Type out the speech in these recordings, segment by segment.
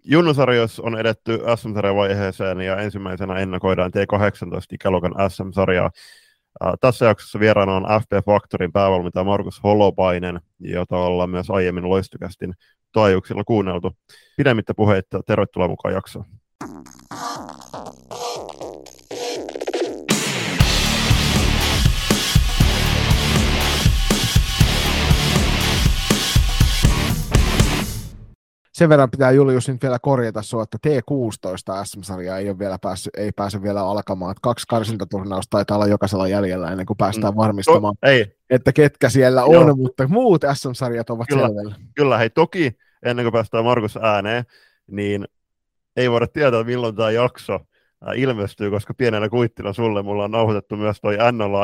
Junnusarjoissa on edetty SM-sarjavaiheeseen ja ensimmäisenä ennakoidaan T18-ikäluokan SM-sarjaa. Tässä jaksossa vieraana on FP Factorin päävalmentaja Markus Holopainen, jota ollaan myös aiemmin Loistokästin taajuuksilla kuunneltu. Pidemmittä puheitta, tervetuloa mukaan jaksoon. Sen verran pitää Julius nyt vielä korjata sinua, että T16 SM-sarja ei pääse vielä alkamaan. Että 2 karsintaturnausta taitaa olla jokaisella jäljellä ennen kuin päästään varmistamaan, että ketkä siellä on, mutta muut SM-sarjat ovat selvillä. Kyllä, hei toki ennen kuin päästään Markus ääneen, niin ei voida tietää, milloin tämä jakso ilmestyy, koska pienenä kuittina sulle mulla on nauhoitettu myös toi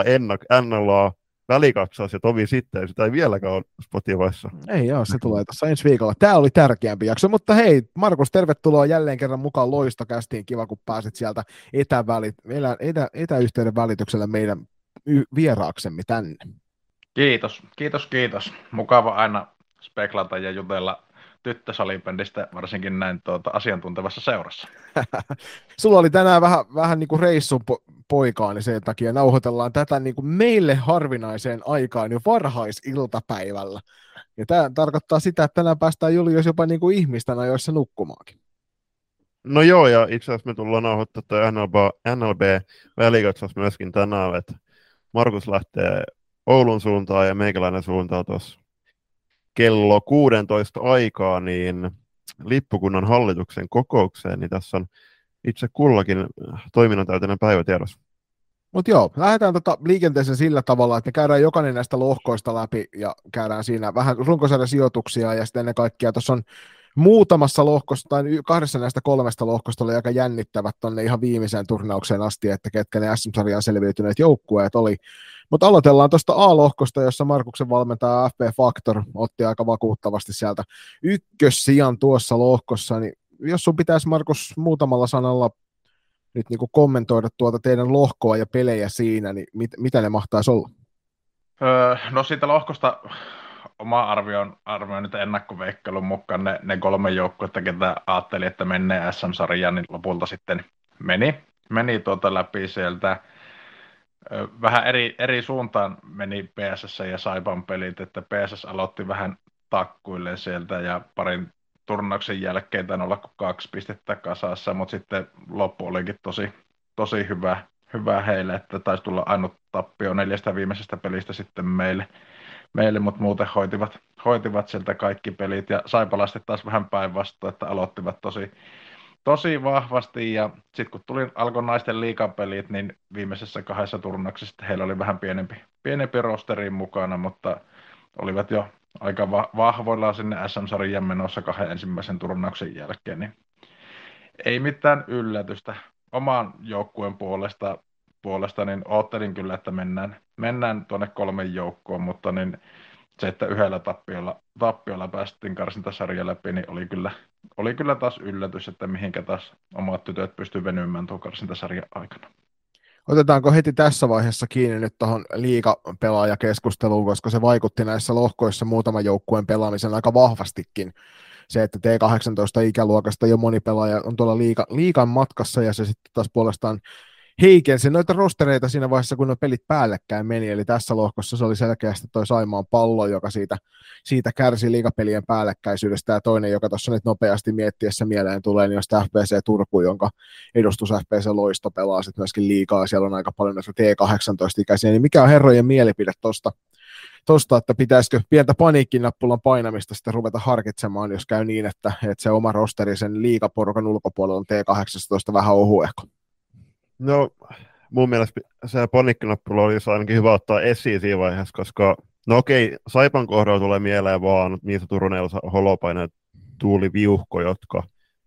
NLA välikatsaus ja tovi sitten, sitä ei vieläkään ole Spotifyssa. Ei ole, se tulee tuossa ensi viikolla. Tämä oli tärkeämpi jakso, mutta hei, Markus, tervetuloa jälleen kerran mukaan Loistokästiin. Kiva, kun pääsit sieltä etäyhteyden välityksellä meidän vieraaksemme tänne. Kiitos. Mukava aina speklata ja jutella tyttösalibändistä, varsinkin näin asiantuntevassa seurassa. Sulla oli tänään vähän niin kuin reissun poikaa, niin sen takia nauhoitellaan tätä niin kuin meille harvinaiseen aikaan jo varhaisiltapäivällä. Ja tämä tarkoittaa sitä, että tänään päästään Julius jopa niin kuin ihmisten ajoissa nukkumaankin. No joo, ja itse asiassa me tullaan nauhoittaa tuo NLB-välikatsaus myöskin tänään, että Markus lähtee Oulun suuntaan ja meikäläinen suuntaan tuossa kello 16 aikaa niin Lippukunnan hallituksen kokoukseen, niin tässä on itse kullakin toiminnantäyteinen päivä tiedossa. Mutta joo, lähdetään liikenteeseen sillä tavalla, että me käydään jokainen näistä lohkoista läpi ja käydään siinä vähän runkosarjan sijoituksia ja sitten ennen kaikkea tuossa on muutamassa lohkossa tai 2 näistä 3 lohkosta oli aika jännittävät tonne ihan viimeiseen turnaukseen asti, että ketkä ne SM-sarjaan selviytyneet joukkueet oli. Mutta aloitellaan tuosta A-lohkosta, jossa Markuksen valmentaja FP Factor otti aika vakuuttavasti sieltä ykkössijan tuossa lohkossa, niin jos sun pitäisi, Markus, muutamalla sanalla nyt niin kuin kommentoida tuota teidän lohkoa ja pelejä siinä, niin mitä ne mahtaisi olla? No siitä lohkosta oma arvio on nyt ennakkoveikkailun mukaan ne 3 joukkuetta, ketä ajatteli, että menee SM-sarjaan, niin lopulta sitten meni läpi sieltä. Vähän eri suuntaan meni PSS ja Saipan pelit, että PSS aloitti vähän takkuilleen sieltä ja parin turnauksen jälkeen tainnut olla 2 pistettä kasassa, mutta sitten loppu olikin tosi hyvä heille, että taisi tulla ainut tappio 4 viimeisestä pelistä sitten meille, mutta muuten hoitivat sieltä kaikki pelit ja saipalaiset taas vähän päinvastoin, että aloittivat tosi vahvasti ja sitten kun alkoi naisten liigapelit, niin viimeisessä 2 turnauksessa heillä oli vähän pienempi rosteri mukana, mutta olivat jo aika vahvoilla sinne SM-sarjan menossa 2 ensimmäisen turnauksen jälkeen, niin ei mitään yllätystä. Oman joukkueen puolesta niin oottelin kyllä, että mennään tuonne 3 joukkoon, mutta niin se, että yhdellä tappiolla päästiin karsintasarja läpi, niin oli kyllä taas yllätys, että mihinkä taas omat tytöt pystyy venymään tuon karsintasarjan aikana. Otetaanko heti tässä vaiheessa kiinni nyt tuohon liigapelaajakeskusteluun, koska se vaikutti näissä lohkoissa muutaman joukkueen pelaamisen aika vahvastikin. Se, että T18-ikäluokasta jo moni pelaaja on tuolla liigan matkassa ja se sitten taas puolestaan heikensi noita rostereita siinä vaiheessa, kun nuo pelit päällekkäin meni, eli tässä lohkossa se oli selkeästi toi Saimaan Pallo, joka siitä kärsi liigapelien päällekkäisyydestä, ja toinen, joka tuossa nyt nopeasti miettiessä mieleen tulee, niin on FPC Turku, jonka edustus FPC Loisto pelaa sitten myöskin liigaa, siellä on aika paljon näitä T18-ikäisiä, niin mikä on herrojen mielipide tosta, että pitäisikö pientä paniikkinappulan painamista sitten ruveta harkitsemaan, jos käy niin, että se oma rosteri sen liigaporukan ulkopuolella on T18 vähän ohuehko? No, mun mielestä se paniikkinappula olisi ainakin hyvä ottaa esiin siinä vaiheessa, koska no okei, Saipan kohdalla tulee mieleen vaan Miisa Turunen, Elsa Holopainen, Tuuli Viuhko, jotka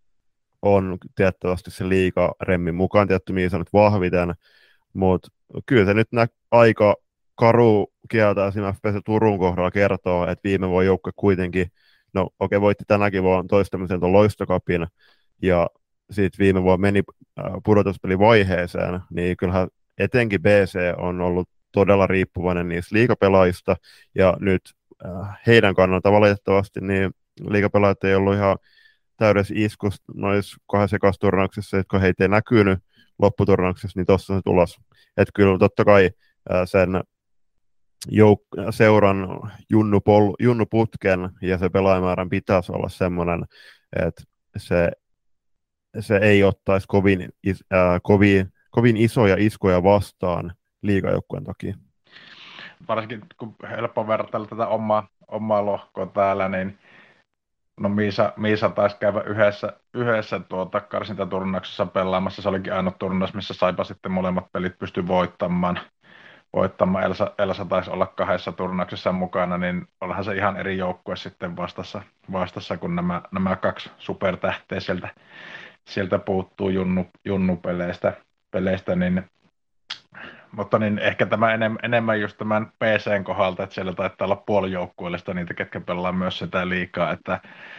on tiettävästi se liigaremmin mukaan, tietty Miisa nyt vahviten, mutta kyllä se nyt aika karu kieltä siinä FPC Turun kohdalla kertoo, että viime vuonna joukkue kuitenkin, no okei, voitti tänäkin vuonna toistamisen tuon Loistokapin, ja sitten viime vuonna meni pudotuspelivaiheeseen, niin kyllähän etenkin BC on ollut todella riippuvainen niistä liigapelaajista, ja nyt heidän kannalta valitettavasti niin liigapelaajat ei ollut ihan täydessä iskussa noissa kahdessa ekassa turnauksessa, että kun heitä ei näkynyt lopputurnauksessa, niin tuossa se tulos. Että kyllä totta kai sen seuran junnuputken ja se pelaajamäärän pitäisi olla semmoinen, että se ei ottaisi kovin isoja iskuja vastaan liigajoukkueen takia. Varsinkin kun helppo vertailla tätä omaa lohkoa täällä, niin no Miisa taisi käydä yhdessä karsintaturnauksessa pelaamassa. Se olikin ainoa turnaus, missä Saipa sitten molemmat pelit pystyi voittamaan. Elsa taisi olla kahdessa turnauksessa mukana, niin onhan se ihan eri joukkue sitten vastassa kun nämä kaksi supertähteä sieltä puuttuu junnupeleistä, niin, mutta niin ehkä tämä enemmän just tämän PC:n kohdalta, että siellä taitaa olla puolijoukkueellista niitä, ketkä pelaa myös sitä liikaa, että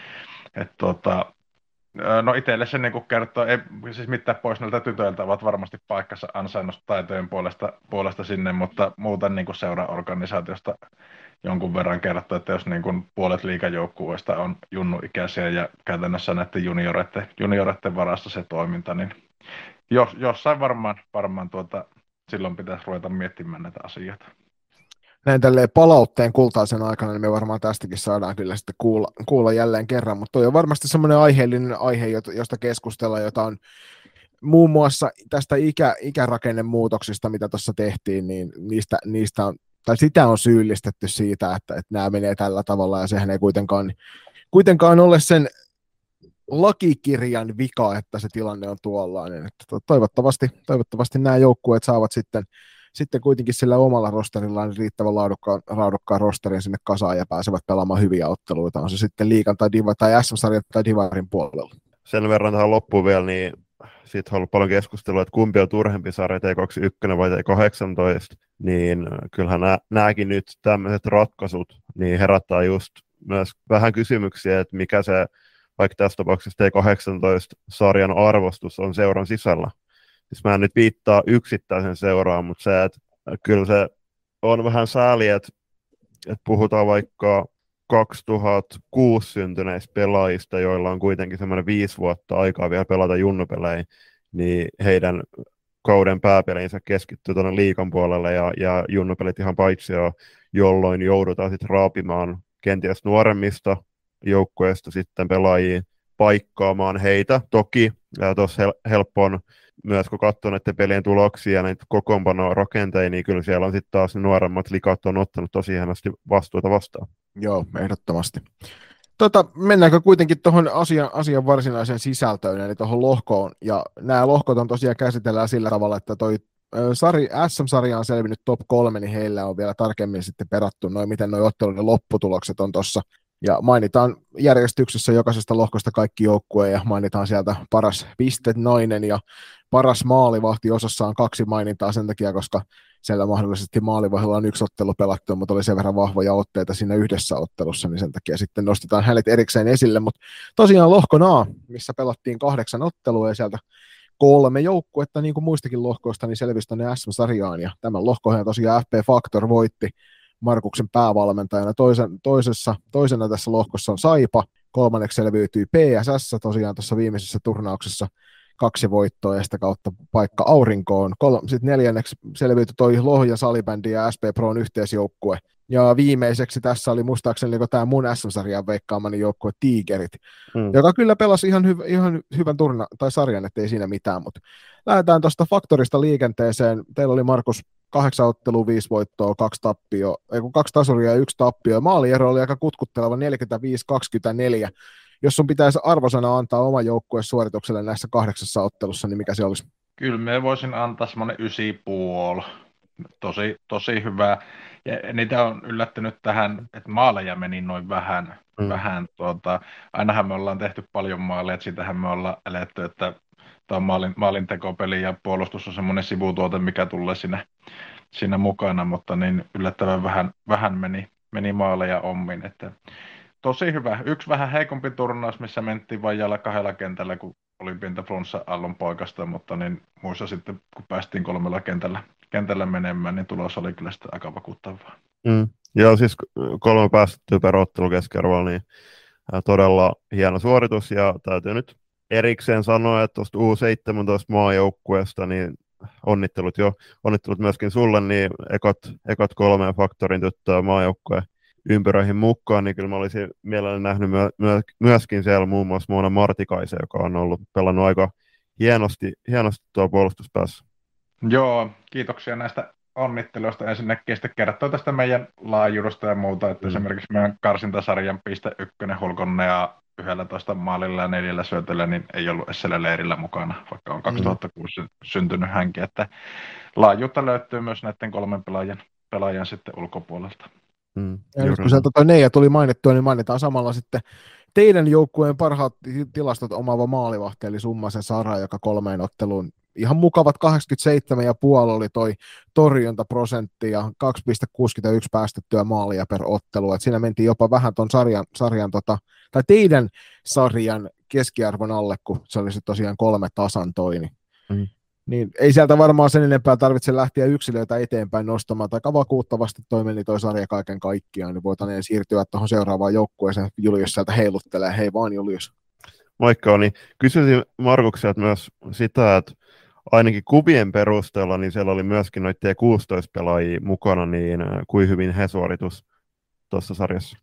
no itselle se niin kertoo, ei siis mitään pois näiltä tytöiltä, ovat varmasti paikkansa ansainnut taitojen puolesta sinne, mutta muuten niin seuraorganisaatiosta jonkun verran kertoo, että jos niin kuin puolet liigajoukkueista on junnuikäisiä ja käytännössä näiden junioreiden varassa se toiminta, niin jossain varmaan silloin pitäisi ruveta miettimään näitä asioita. Näin tälleen palautteen kultaisen aikana, niin me varmaan tästäkin saadaan kyllä sitten kuulla jälleen kerran, mutta toi on varmasti semmoinen aiheellinen aihe, josta keskustellaan, jota on muun muassa tästä ikärakennemuutoksista, mitä tuossa tehtiin, niin niistä on, tai sitä on syyllistetty siitä, että nämä menee tällä tavalla, ja sehän ei kuitenkaan ole sen lakikirjan vika, että se tilanne on tuollainen. Että toivottavasti nämä joukkueet saavat sitten kuitenkin sillä omalla rosterillaan riittävän laadukkaan rosterin sinne kasaan ja pääsevät pelaamaan hyviä otteluita, on se sitten liigan tai SM-sarjan tai Divarin puolella. Sen verran tähän loppuun vielä, niin siitä on ollut paljon keskustelua, että kumpi on turhempi sarja, T21 vai T18, niin kyllähän nämäkin nyt tämmöiset ratkaisut niin herättää just myös vähän kysymyksiä, että mikä se vaikka tässä tapauksessa T18-sarjan arvostus on seuran sisällä. Siis mä en nyt viittaa yksittäisen seuraan, mutta se, että kyllä se on vähän sääli, että puhutaan vaikka 2006 syntyneistä pelaajista, joilla on kuitenkin semmoinen 5 vuotta aikaa vielä pelata junnupelejä, niin heidän kauden pääpelinsä keskittyy tuonne liigan puolelle ja junnupelit ihan paitsi jo, jolloin joudutaan sitten raapimaan kenties nuoremmista joukkueista sitten pelaajia paikkaamaan heitä. Toki tuossa helppo on myös, kun katsoo näiden pelien tuloksia ja näitä kokoonpanorakenteja, niin kyllä siellä on sitten taas ne nuoremmat likat on ottanut tosi hienosti vastuuta vastaan. Joo, ehdottomasti. Mennäänkö kuitenkin tuohon asian varsinaiseen sisältöön, eli tuohon lohkoon, ja nämä lohkot on tosiaan käsitellään sillä tavalla, että toi SM-sarja on selvinnyt top 3, niin heillä on vielä tarkemmin sitten perattu miten nuo otteluiden lopputulokset on tuossa. Ja mainitaan järjestyksessä jokaisesta lohkosta kaikki joukkueet ja mainitaan sieltä paras nainen ja paras maalivahti. Osassa on 2 mainintaa sen takia, koska siellä mahdollisesti maalivahdilla on 1 ottelu pelattu, mutta oli sen verran vahvoja otteita siinä yhdessä ottelussa, niin sen takia sitten nostetaan hänet erikseen esille. Mutta tosiaan lohkon A, missä pelattiin 8 ottelua ja sieltä 3 joukkuetta, niin kuin muistakin lohkoista, niin selvisi tuonne SM-sarjaan. Ja tämän lohkohan tosiaan FP Factor voitti Markuksen päävalmentajana. Toisena tässä lohkossa on Saipa, 3. selviytyi PSS, tosiaan tuossa viimeisessä turnauksessa 2 voittoa ja sitä kautta paikka aurinkoon. Sitten 4. selviytyi toi Lohjan salibändi ja SP Proon yhteisjoukkue. Ja viimeiseksi tässä oli muistaakseni tämä mun SM-sarjan veikkaamani joukkue Tigerit, joka kyllä pelasi ihan hyvän sarjan, ettei siinä mitään, mutta lähdetään tuosta Faktorista liikenteeseen. Teillä oli Markus 8 ottelua, 5 voittoa, 2 tasuria ja 1 tappio. Maaliero oli aika kutkutteleva 45-24. Jos sun pitäisi arvosana antaa oma joukkueen suoritukselle näissä 8 ottelussa, niin mikä se olisi? Kyllä me voisin antaa semmoinen 9,5. Tosi hyvä. Ja niitä on yllättänyt tähän, että maaleja meni noin vähän. Ainahan me ollaan tehty paljon maaleja, että sitähän me ollaan eletty, että tämä maalintekopeli ja puolustus on semmoinen sivutuote, mikä tulee siinä mukana, mutta niin yllättävän vähän meni maaleja ommin. Että tosi hyvä. 1 vähän heikompi turnaus, missä mentiin vajaalla 2 kentällä, kun oli pientä flunssa-aallon poikasta, mutta niin muissa sitten, kun päästiin 3 kentällä menemään, niin tulos oli kyllä sitten aika vakuuttavaa. Joo, siis 3 päästettyä per ottelu keskiarvolla, niin todella hieno suoritus, ja täytyy nyt erikseen sanoa, että tuosta U17-maajoukkueesta, niin onnittelut myöskin sulle, niin ekat 3 Faktorin tyttöä maajoukkueen ympyröihin mukaan, niin kyllä mä olisin mielelläni nähnyt myöskin siellä muun muassa Moona Martikaisen, joka on pelannut aika hienosti tuo puolustuspäässä. Joo, kiitoksia näistä onnitteluista. Ensinnäkin sitten kertoo tästä meidän laajuudesta ja muuta, että esimerkiksi meidän karsintasarjan piste 1 Hulkonne ja 11 maalilla ja 4 syötöllä, niin ei ollut Esselä leirillä mukana, vaikka on 2006 syntynyt hänkin, että laajuutta löytyy myös näiden 3 pelaajan sitten ulkopuolelta. Ja nyt kun sieltä toi Neija tuli mainittua, niin mainitaan samalla sitten teidän joukkueen parhaat tilastot omaava maalivahti, eli Summasen Sara, joka 3 otteluun ihan mukavat 87,5 oli toi torjuntaprosentti ja 2,61 päästettyä maalia per ottelu. Et siinä mentiin jopa vähän ton sarjan tai teidän sarjan keskiarvon alle, kun se oli tosiaan 3 tasan toi. Niin ei sieltä varmaan sen enempää tarvitse lähteä yksilöitä eteenpäin nostamaan, tai vakuuttavasti toi meni toi sarja kaiken kaikkiaan, niin voitaneen siirtyä tuohon seuraavaan joukkueeseen. Julius sieltä heiluttelee, hei vaan Julius. Moikka, niin kysyisin Markukselta myös sitä, että ainakin kuvien perusteella, niin siellä oli myöskin noita T16-pelaajia mukana, niin kuin hyvin he suoritus tuossa sarjassa?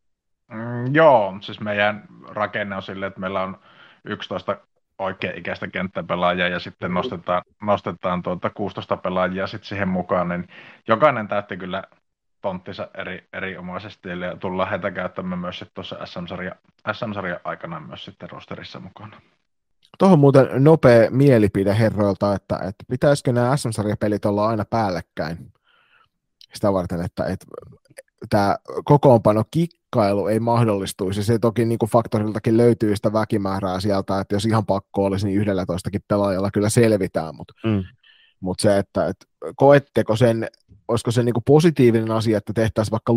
Joo, siis meidän rakenne on silleen, että meillä on 11 oikea-ikäistä kenttäpelaajaa ja sitten nostetaan 16 pelaajia sitten siihen mukaan, niin jokainen täytti kyllä tonttinsa erinomaisesti ja tullaan heitä käyttämään myös sitten tuossa SM-sarjan aikana myös sitten rosterissa mukana. Tuohon muuten nopea mielipide herroilta, että pitäisikö nämä SM-sarjapelit olla aina päällekkäin sitä varten, että tämä kokoonpano kikkailu ei mahdollistuisi. Se toki niin kuin Faktoriltakin löytyy sitä väkimäärää sieltä, että jos ihan pakko olisi, niin 11 pelaajalla kyllä selvitään, mutta se, että koetteko sen, olisiko se niin kuin positiivinen asia, että tehtäisiin vaikka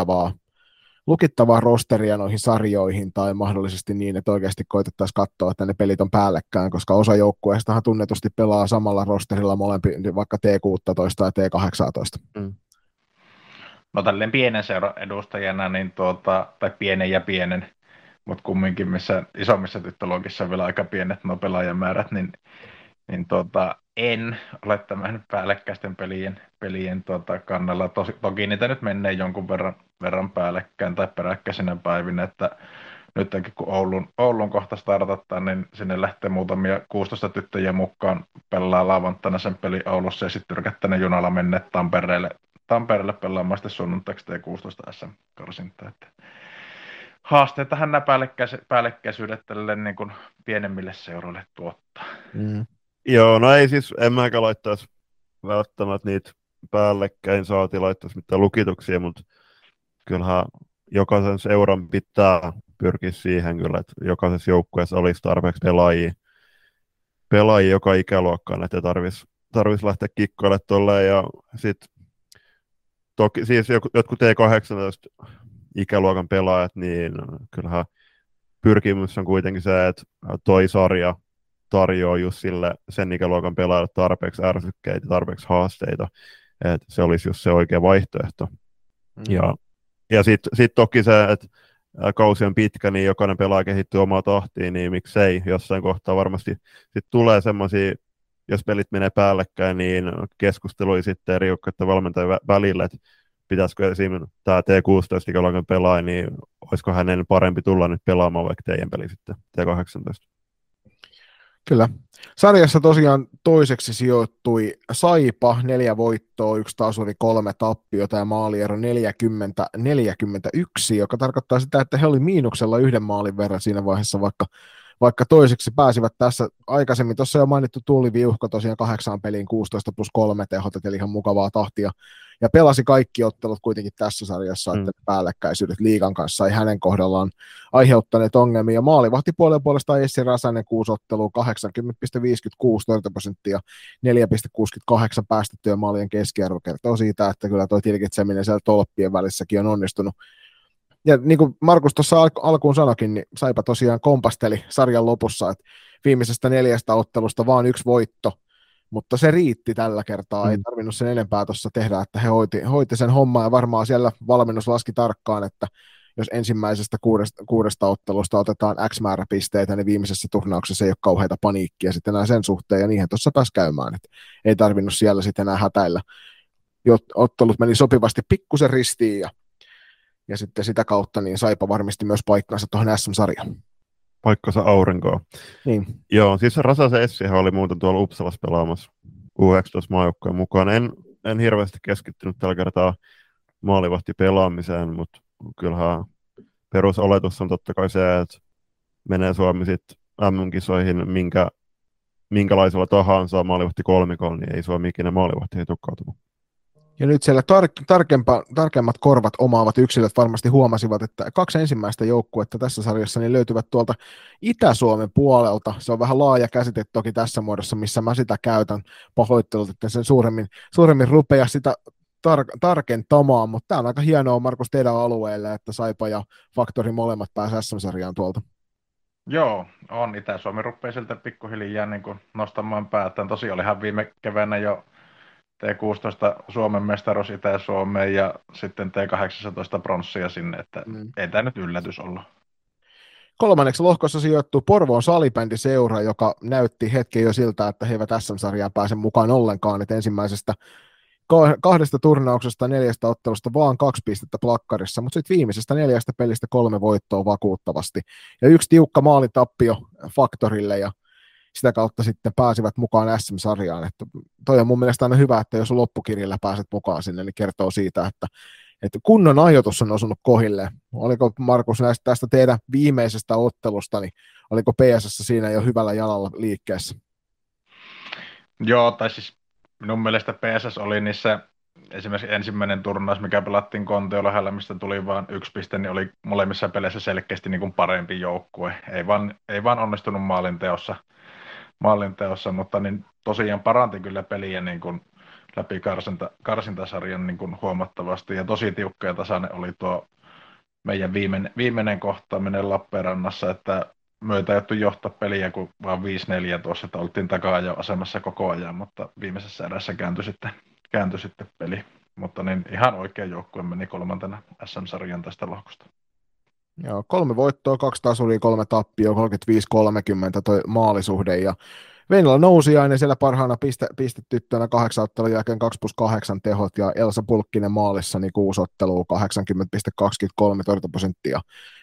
lukittavaa rosteria noihin sarjoihin tai mahdollisesti niin, että oikeasti koitettaisiin katsoa, että ne pelit on päällekkäin, koska osa joukkueestahan tunnetusti pelaa samalla rosterilla molempi, vaikka T16 tai T18. No tälleen pienen seuran edustajana, niin tai pienen, mutta kumminkin missä isommissa tyttöluokissa on vielä aika pienet nuo pelaajamäärät, niin en ole tämän päällekkäisten pelien kannalla. Toki niitä nyt menee jonkun verran päällekkäin tai peräkkäisinä päivinä, että nytkin kun Oulun kohta startattaa, niin sinne lähtee muutamia 16 tyttöjä mukaan, pelaa lauantaina sen peli Oulussa ja sitten tyrkättänä junalla mennä Tampereelle pelaamaan sitten sunnuntaiksi T16 SM-karsinta. Haasteitahan nämä päällekkäisyydet tälle niin kuin pienemmille seuroille tuottaa. Joo, no ei siis, en mäkään laittaisi välttämättä niitä päällekkäin, saati laittaisi mitään lukituksia, mutta kyllähän jokaisen seuran pitää pyrkiä siihen kyllä, että jokaisessa joukkueessa olisi tarpeeksi pelaajia joka ikäluokkaan, että tarvitsisi lähteä kikkoille tolleen, ja sitten toki siis jotkut T18 ikäluokan pelaajat, niin kyllähän pyrkimys on kuitenkin se, että toi sarja tarjoaa just sille sen ikäluokan pelaajalle tarpeeksi ärsykkeitä, tarpeeksi haasteita, että se olisi just se oikea vaihtoehto. Ja sitten toki se, että kausi on pitkä, niin jokainen pelaaja kehittyy omaa tahtiin, niin miksei jossain kohtaa varmasti sit tulee semmoisia, jos pelit menee päällekkäin, niin keskustelui sitten eri joukkueiden valmentajien välillä, että pitäisikö esimerkiksi tämä T16-ikäluokan pelaaja, niin olisiko hänen parempi tulla nyt pelaamaan vaikka teidän peli sitten T18? Kyllä. Sarjassa tosiaan toiseksi sijoittui Saipa, 4 voittoa, 1 tasuri, 3 tappiota ja maaliero 40-41, joka tarkoittaa sitä, että he oli miinuksella 1 maalin verran siinä vaiheessa, vaikka toiseksi pääsivät tässä aikaisemmin. Tuossa jo mainittu Tuuli Viuhko tosiaan 8 peliin 16+3 tehot, eli ihan mukavaa tahtia. Ja pelasi kaikki ottelut kuitenkin tässä sarjassa, että päällekkäisyydet liigan kanssa ei hänen kohdallaan aiheuttaneet ongelmia. Maalivahtipuolen puolesta Essi Räsänen 6 ottelua, 80,56 torjuntaprosenttia, 4,68 päästettyä maalien keskiarvo kertoo siitä, että kyllä tuo tilkitseminen siellä tolppien välissäkin on onnistunut. Ja niin kuin Markus tuossa alkuun sanoikin, niin Saipa tosiaan kompasteli sarjan lopussa, että viimeisestä 4 ottelusta vaan 1 voitto, mutta se riitti tällä kertaa, ei tarvinnut sen enempää tuossa tehdä, että he hoiti sen homman ja varmaan siellä valmennus laski tarkkaan, että jos ensimmäisestä kuudesta ottelusta otetaan X määrä pisteitä, niin viimeisessä turnauksessa ei ole kauheita paniikkia sitten enää sen suhteen, ja niinhän tuossa pääsi käymään, että ei tarvinnut siellä sitten enää hätäillä. Ottelut meni sopivasti pikkusen ristiin, ja sitten sitä kautta niin Saipa varmisti myös paikkansa tuohon SM-sarjaan. Paikkansa aurinkoon. Niin. Joo, siis Rasasen Essihän oli muuten tuolla Uppsalassa pelaamassa U19-maajoukkojen mukaan. En hirveästi keskittynyt tällä kertaa maalivahti pelaamiseen, mutta kyllähän perusoletus on totta kai se, että menee Suomi sitten MM-kisoihin minkälaisella tahansa maalivahti kolmikolla, niin ei Suomi ikinä maalivahti tukkautumaan. Ja nyt siellä tarkemmat korvat omaavat yksilöt varmasti huomasivat, että 2 ensimmäistä joukkuetta tässä sarjassa niin löytyvät tuolta Itä-Suomen puolelta. Se on vähän laaja käsite toki tässä muodossa, missä mä sitä käytän. Pahoittelut, että sen suuremmin rupeaa sitä tarkentamaan, mutta tämä on aika hienoa, Markus, teidän alueelle, että Saipa ja Faktori molemmat pääsevät SM-sarjaan tuolta. Joo, on. Itä-Suomi rupeaa siltä pikkuhiljaa niin kuin nostamaan päätään. Tosi olihan viime keväänä jo T16 Suomen mestaruus Itä-Suomeen ja sitten T18 pronssia sinne, että ei tämä nyt yllätys ollut. 3. lohkossa sijoittuu Porvoon salibändiseura, joka näytti hetken jo siltä, että he eivät SM-sarjaan pääse mukaan ollenkaan, että ensimmäisestä 2 turnauksesta 4 ottelusta vaan 2 pistettä plakkarissa, mutta sitten viimeisestä 4 pelistä 3 voittoa vakuuttavasti. Ja 1 tiukka maalitappio Faktorille ja sitä kautta sitten pääsivät mukaan SM-sarjaan. Että toi on mun mielestä aina hyvä, että jos loppukirjalla pääset mukaan sinne, niin kertoo siitä, että kunnon ajoitus on osunut kohille. Oliko, Markus, tästä teidän viimeisestä ottelusta, niin oliko PSS siinä jo hyvällä jalalla liikkeessä? Joo, tai siis minun mielestä PSS oli niissä, esimerkiksi ensimmäinen turnaus, mikä pelattiin Kontiolahällä, mistä tuli vain 1 piste, niin oli molemmissa peleissä selkeästi niin kuin parempi joukkue. Ei vaan onnistunut maalinteossa, mutta niin tosiaan paranti kyllä peliä niin kuin läpi karsintasarjan niin kuin huomattavasti, ja tosi tiukka ja tasainen oli tuo meidän viimeinen kohtaaminen Lappeenrannassa, että myötä jouttu johtaa peliä, kun vaan 5-4 tuossa, että oltiin taka-ajo-asemassa koko ajan, mutta viimeisessä erässä kääntyi sitten peli. Mutta niin ihan oikea joukkue meni 3. SM-sarjan tästä lohkosta. Joo, 3 voittoa, 2 tasuria, 3 tappioa, 35-30 toi maalisuhde, ja Venla Nousiainen siellä parhaana pistetyttönä 8 ottelun jälkeen 2+8 tehot, ja Elsa Pulkkinen maalissa niin 6 ottelua, 80,23 torjuntaprosenttia,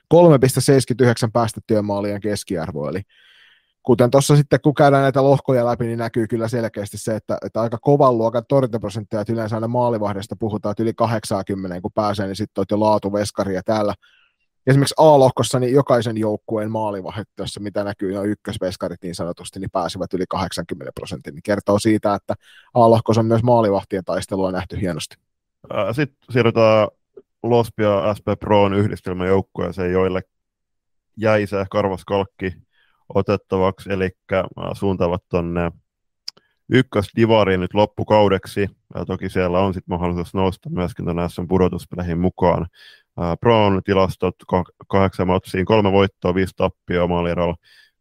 3,79 päästettyjen maalien keskiarvo, eli kuten tuossa sitten, kun käydään näitä lohkoja läpi, niin näkyy kyllä selkeästi se, että aika kovan luokan torjuntaprosenttia, että yleensä aina maalivahdesta puhutaan, että yli 80, kun pääsee, niin sitten olet jo laatuveskari, ja täällä esimerkiksi A-lohkossa niin jokaisen joukkueen maalivahdet, jossa mitä näkyy, no ykkösveskarit niin sanotusti, niin pääsivät yli 80%, niin kertoo siitä, että A-lohkossa on myös maalivahtien taistelua nähty hienosti. Sitten siirrytään Losp ja SP Proon yhdistelmäjoukkueeseen, joille jäi se karvaskalkki otettavaksi, eli suuntaavat tuonne ykkösdivariin nyt loppukaudeksi, ja toki siellä on sitten mahdollisuus nousta myöskin tuonne SM-pudotuspeleihin mukaan. Proon tilastot 8 matsiin, 3 voittoa, 5 tappioa, maalierolla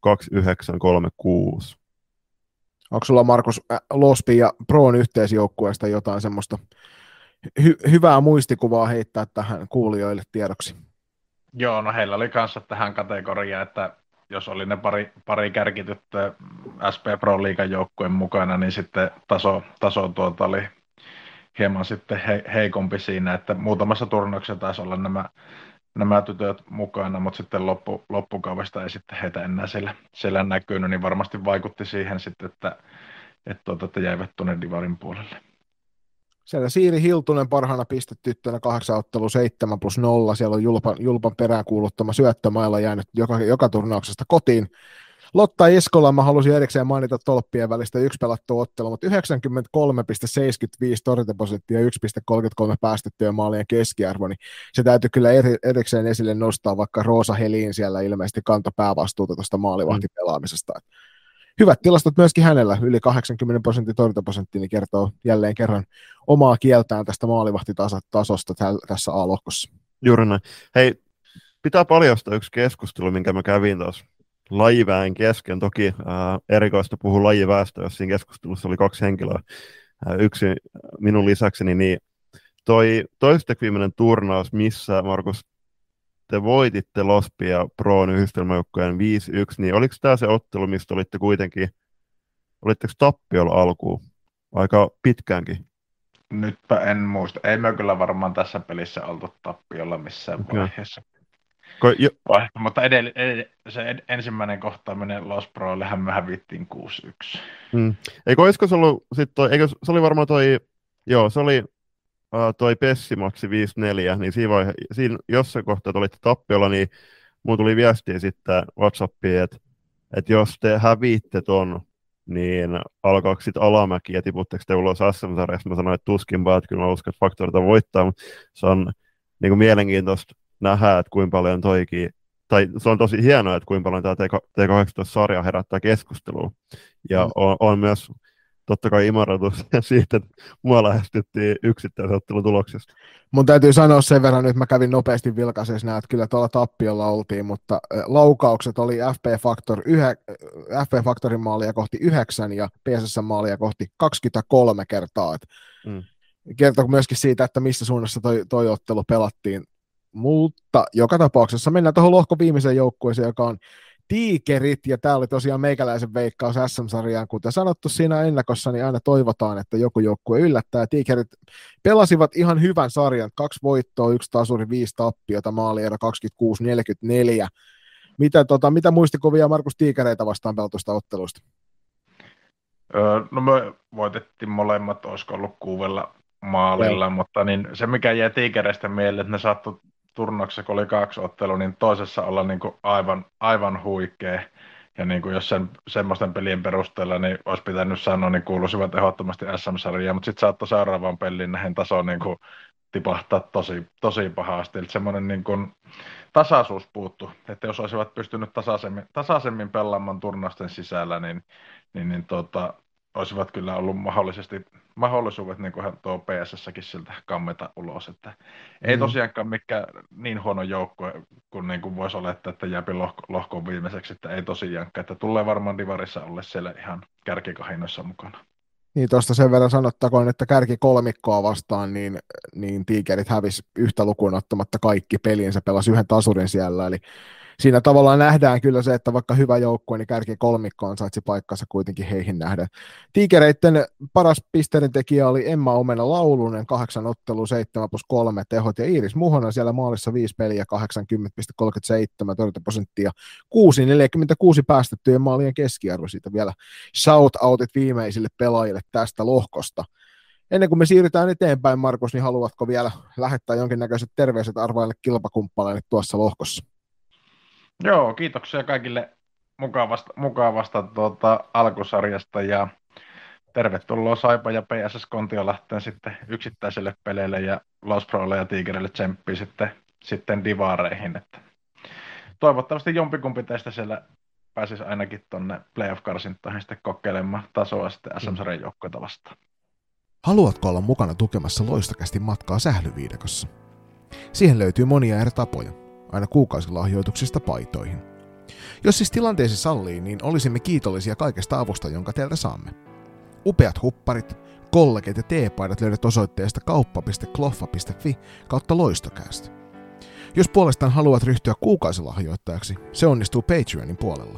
2-9-3-6. Onko sulla, Markus, Lospin ja Proon yhteisjoukkueesta jotain semmoista hyvää muistikuvaa heittää tähän kuulijoille tiedoksi? Joo, no heillä oli kanssa tähän kategoriaan, että jos oli ne pari kärkityttöä SP Pro Liigan joukkueen mukana, niin sitten taso oli hieman sitten heikompi siinä, että muutamassa turnauksessa taisi olla nämä tytöt mukana, mutta sitten loppukaudesta ei sitten heitä enää siellä näkynyt, niin varmasti vaikutti siihen sitten, että jäivät tuonne divarin puolelle. Siellä Siiri Hiltunen parhaana pistetyttönä 8 ottelu 7+0. Siellä on Julpan peräänkuuluttama syöttömailla jäänyt joka turnauksesta kotiin. Lotta Eskola, mä halusin erikseen mainita tolppien välistä 1 pelattu ottelu, mutta 93,75 torjuntaprosenttia ja 1,33 päästettyä maalien keskiarvo, niin se täytyy kyllä erikseen esille nostaa, vaikka Roosa Helin siellä ilmeisesti kantoi päävastuuta tuosta maalivahtipelaamisesta. Hyvät tilastot myöskin hänellä, yli 80% torjuntaprosenttia, niin kertoo jälleen kerran omaa kieltään tästä maalivahtitasosta tässä A-lohkossa. Juuri näin. Hei, pitää paljastaa yksi keskustelu, minkä mä kävin tuossa lajiväen kesken. Toki erikoista puhua lajiväestä, jos siinä keskustelussa oli 2 henkilöä. Yksi minun lisäkseni, niin toi toiseksi viimeinen turnaus, missä Markus te voititte Lospi ja Proon yhdistelmäjoukkojen 5-1, niin oliko tämä se ottelu, mistä olitteko tappiolla alkuun aika pitkäänkin? Nytpä en muista. Ei me kyllä varmaan tässä pelissä oltu tappiolla missään vaiheessa. Mutta se ensimmäinen kohtaaminen Los Proillehän me hävittiin 6-1. Eikö olisiko se ollut, se oli varmaan se oli toi Pessimaksi 5-4, niin siinä jossain kohtaa olitte tappiolla, niin mun tuli viestiä sitten WhatsAppiin, että jos te häviitte ton, niin alkaako sitten alamäki ja tiputteko te ulos SM-sarjassa? Mä sanoin, että tuskinpa, että kyllä mä uskon, että Faktorita voittaa, mutta se on niin kuin mielenkiintoista nähdä, että kuinka paljon tai se on tosi hienoa, että kuinka paljon tämä T18-sarja herättää keskustelua. Ja on myös totta kai imarratus siitä, että mua lähestyttiin yksittäisen ottelun tuloksesta. Mun täytyy sanoa sen verran, nyt mä kävin nopeasti vilkaisessa, että kyllä tuolla tappiolla oltiin, mutta laukaukset oli FP Factorin maalia kohti 9 ja PSS maalia kohti 23 kertaa. Kertoo myöskin siitä, että missä suunnassa toi ottelu pelattiin. Mutta joka tapauksessa mennään tuohon lohko viimeiseen joukkueeseen, joka on Tiikerit, ja tämä oli tosiaan meikäläisen veikkaus SM-sarjaan. Kuten sanottu siinä ennakossa, niin aina toivotaan, että joku joukkue yllättää. Tiikerit pelasivat ihan hyvän sarjan, 2 voittoa, 1 tasuri, 5 tappiota, maaliero 26-44. Mitä muistikuvia Markus Tiikereitä vastaan pelatusta ottelusta? No me voitettiin molemmat, olisiko ollut 6 maalilla, mutta niin se mikä jäi Tiikereistä mieleen, että ne saattoi turnauksessa, kun oli 2 ottelua, niin toisessa olla niin kuin aivan huikea. Ja niin kuin jos semmoisten pelien perusteella niin olisi pitänyt sanoa, niin kuuluisivat ehdottomasti SM-sarjaan, mutta sitten saattoi seuraavaan peliin näihin tasoon niin kuin tipahtaa tosi pahasti. Eli semmoinen niin kuin tasaisuus puuttu, että jos olisivat pystynyt tasaisemmin pelaamaan turnausten sisällä, niin olisivat kyllä ollut mahdollisuudet, niin kuin tuo PSS-säkin siltä kammeta ulos. Että ei tosiaankaan mikään niin huono joukkue, kun niin kuin voisi olettaa, että jääpi lohkoon viimeiseksi, että ei tosiaankaan, että tulee varmaan divarissa olla siellä ihan kärkikahinoissa mukana. Niin tuosta sen verran sanottakoon, että kärkikolmikkoa vastaan, niin Tiikerit hävisi yhtä lukuun ottamatta kaikki pelinsä, pelasi 1 tasurin siellä, eli siinä tavallaan nähdään kyllä se, että vaikka hyvä joukkue, niin kärkikolmikko ansaitsi paikkansa kuitenkin heihin nähdä. Tiikereiden paras pisteiden tekijä oli Emma Omena Laulunen, 8 ottelua, 7+3 tehot, ja Iiris Muhonen siellä maalissa 5 peliä, 80,37 torjuntaprosenttia, 6,46 päästettyjen maalien keskiarvo, siitä vielä shout-outit viimeisille pelaajille tästä lohkosta. Ennen kuin me siirrytään eteenpäin, Markus, niin haluatko vielä lähettää jonkinnäköiset terveiset arvaille kilpakumppaleille tuossa lohkossa? Joo, kiitoksia kaikille mukavasta alkusarjasta ja tervetuloa Saipa ja PSS Kontiolahteen sitten yksittäisille peleille ja Los Proille ja Tigerille tsemppiä sitten divaareihin. Että toivottavasti jompikumpi teistä siellä pääsisi ainakin tuonne playoff-karsintoihin sitten kokeilemaan tasoa sitten SM-sarjan joukkoita vastaan. Haluatko olla mukana tukemassa Loistokästin matkaa sählyviidakossa? Siihen löytyy monia eri tapoja, aina kuukausilahjoituksista paitoihin. Jos siis tilanteesi sallii, niin olisimme kiitollisia kaikesta avusta, jonka teiltä saamme. Upeat hupparit, kollegit ja teepaidat löydät osoitteesta kauppa.kloffa.fi/loistokäst. Jos puolestaan haluat ryhtyä kuukausilahjoittajaksi, se onnistuu Patreonin puolella.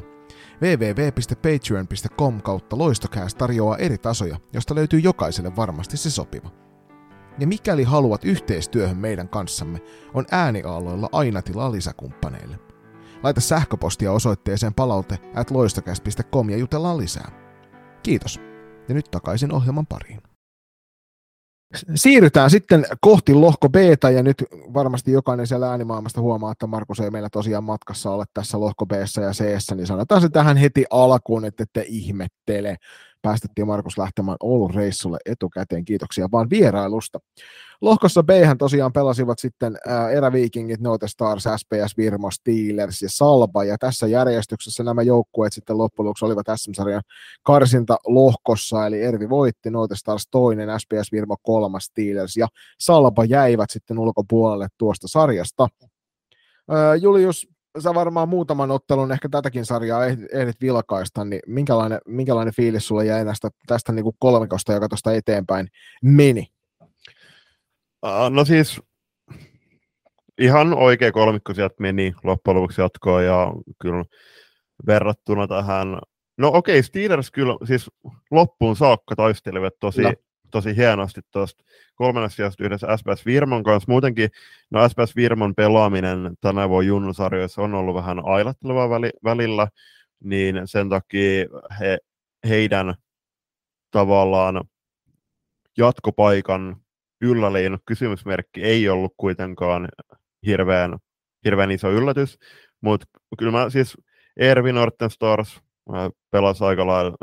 www.patreon.com/loistokäst tarjoaa eri tasoja, josta löytyy jokaiselle varmasti se sopiva. Ja mikäli haluat yhteistyöhön meidän kanssamme, on ääniaaloilla aina tilaa lisäkumppaneille. Laita sähköpostia osoitteeseen palaute@loistokäst.com ja jutellaan lisää. Kiitos. Ja nyt takaisin ohjelman pariin. Siirrytään sitten kohti lohko B:tä, ja nyt varmasti jokainen siellä äänimaailmasta huomaa, että Markus ei meillä tosiaan matkassa ole tässä lohko B:ssä ja C:ssä, niin sanotaan se tähän heti alkuun, että ette ihmettele. Päästettiin Markus lähtemään Oulun reissulle etukäteen, kiitoksia vaan vierailusta. Lohkossa B:hän tosiaan pelasivat sitten Eräviikingit, Note Stars, SPS, Virmo, Steelers ja Salba, ja tässä järjestyksessä nämä joukkueet sitten loppujen lopuksi olivat SM-sarjan karsinta lohkossa, eli Ervi voitti, Note Stars toinen, SPS, Virmo kolmas, Steelers ja Salba jäivät sitten ulkopuolelle tuosta sarjasta. Julius, sä varmaan muutaman ottelun, ehkä tätäkin sarjaa ehdit vilkaista, niin minkälainen fiilis sulla jäi tästä niin kuin kolmikosta, joka tuosta eteenpäin meni? No siis, ihan oikea kolmikko sieltä meni loppujen lopuksi jatkoon, ja kyllä verrattuna tähän, no okei, Steelers kyllä siis loppuun saakka taistelivat tosi hienosti tuosta kolmannesta sijasta yhdessä SPS Virmon kanssa. Muutenkin no SPS Virmon pelaaminen tänä vuonna junnusarjoissa on ollut vähän ailattelevaa välillä, niin sen takia heidän tavallaan jatkopaikan yllä leijunut kysymysmerkki ei ollut kuitenkaan hirveän iso yllätys, mutta kyllä mä siis Ervin Northern Stars pelasi aika lailla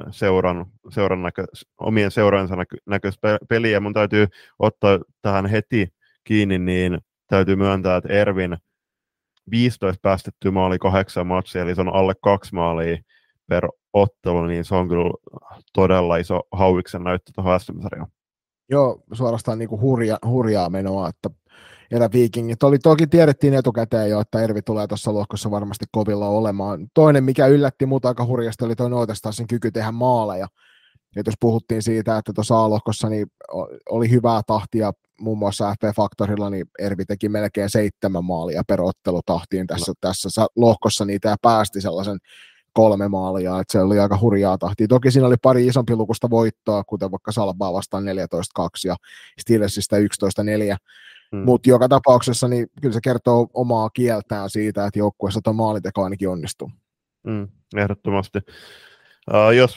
omien seuransa näköistä peliä. Mun täytyy ottaa tähän heti kiinni, niin täytyy myöntää, että Ervin 15 päästettyä maali 8 matsia, eli se on alle 2 maalia per ottelu, niin se on kyllä todella iso hauiksen näyttö tuohon SM-sarjaan. Joo, suorastaan niin kuin hurjaa menoa, että Viikingit toki tiedettiin etukäteen jo, että Ervi tulee tuossa lohkossa varmasti kovilla olemaan. Toinen, mikä yllätti mut aika hurjasti, oli tuo Nootestasin kyky tehdä maaleja. Ja jos puhuttiin siitä, että tuossa A-lohkossa niin oli hyvää tahtia, muun muassa FP Factorilla, niin Ervi teki melkein 7 maalia per ottelu tahtiin tässä lohkossa, niitä ja päästi sellaisen 3 maalia, että se oli aika hurjaa tahtia. Toki siinä oli pari isompi lukusta voittoa, kuten vaikka Salpaa vastaan 14-2 ja Steelersistä 11-4. Mutta joka tapauksessa niin kyllä se kertoo omaa kieltään siitä, että joukkueessa tuo maalinteko ainakin onnistuu. Ehdottomasti. Jos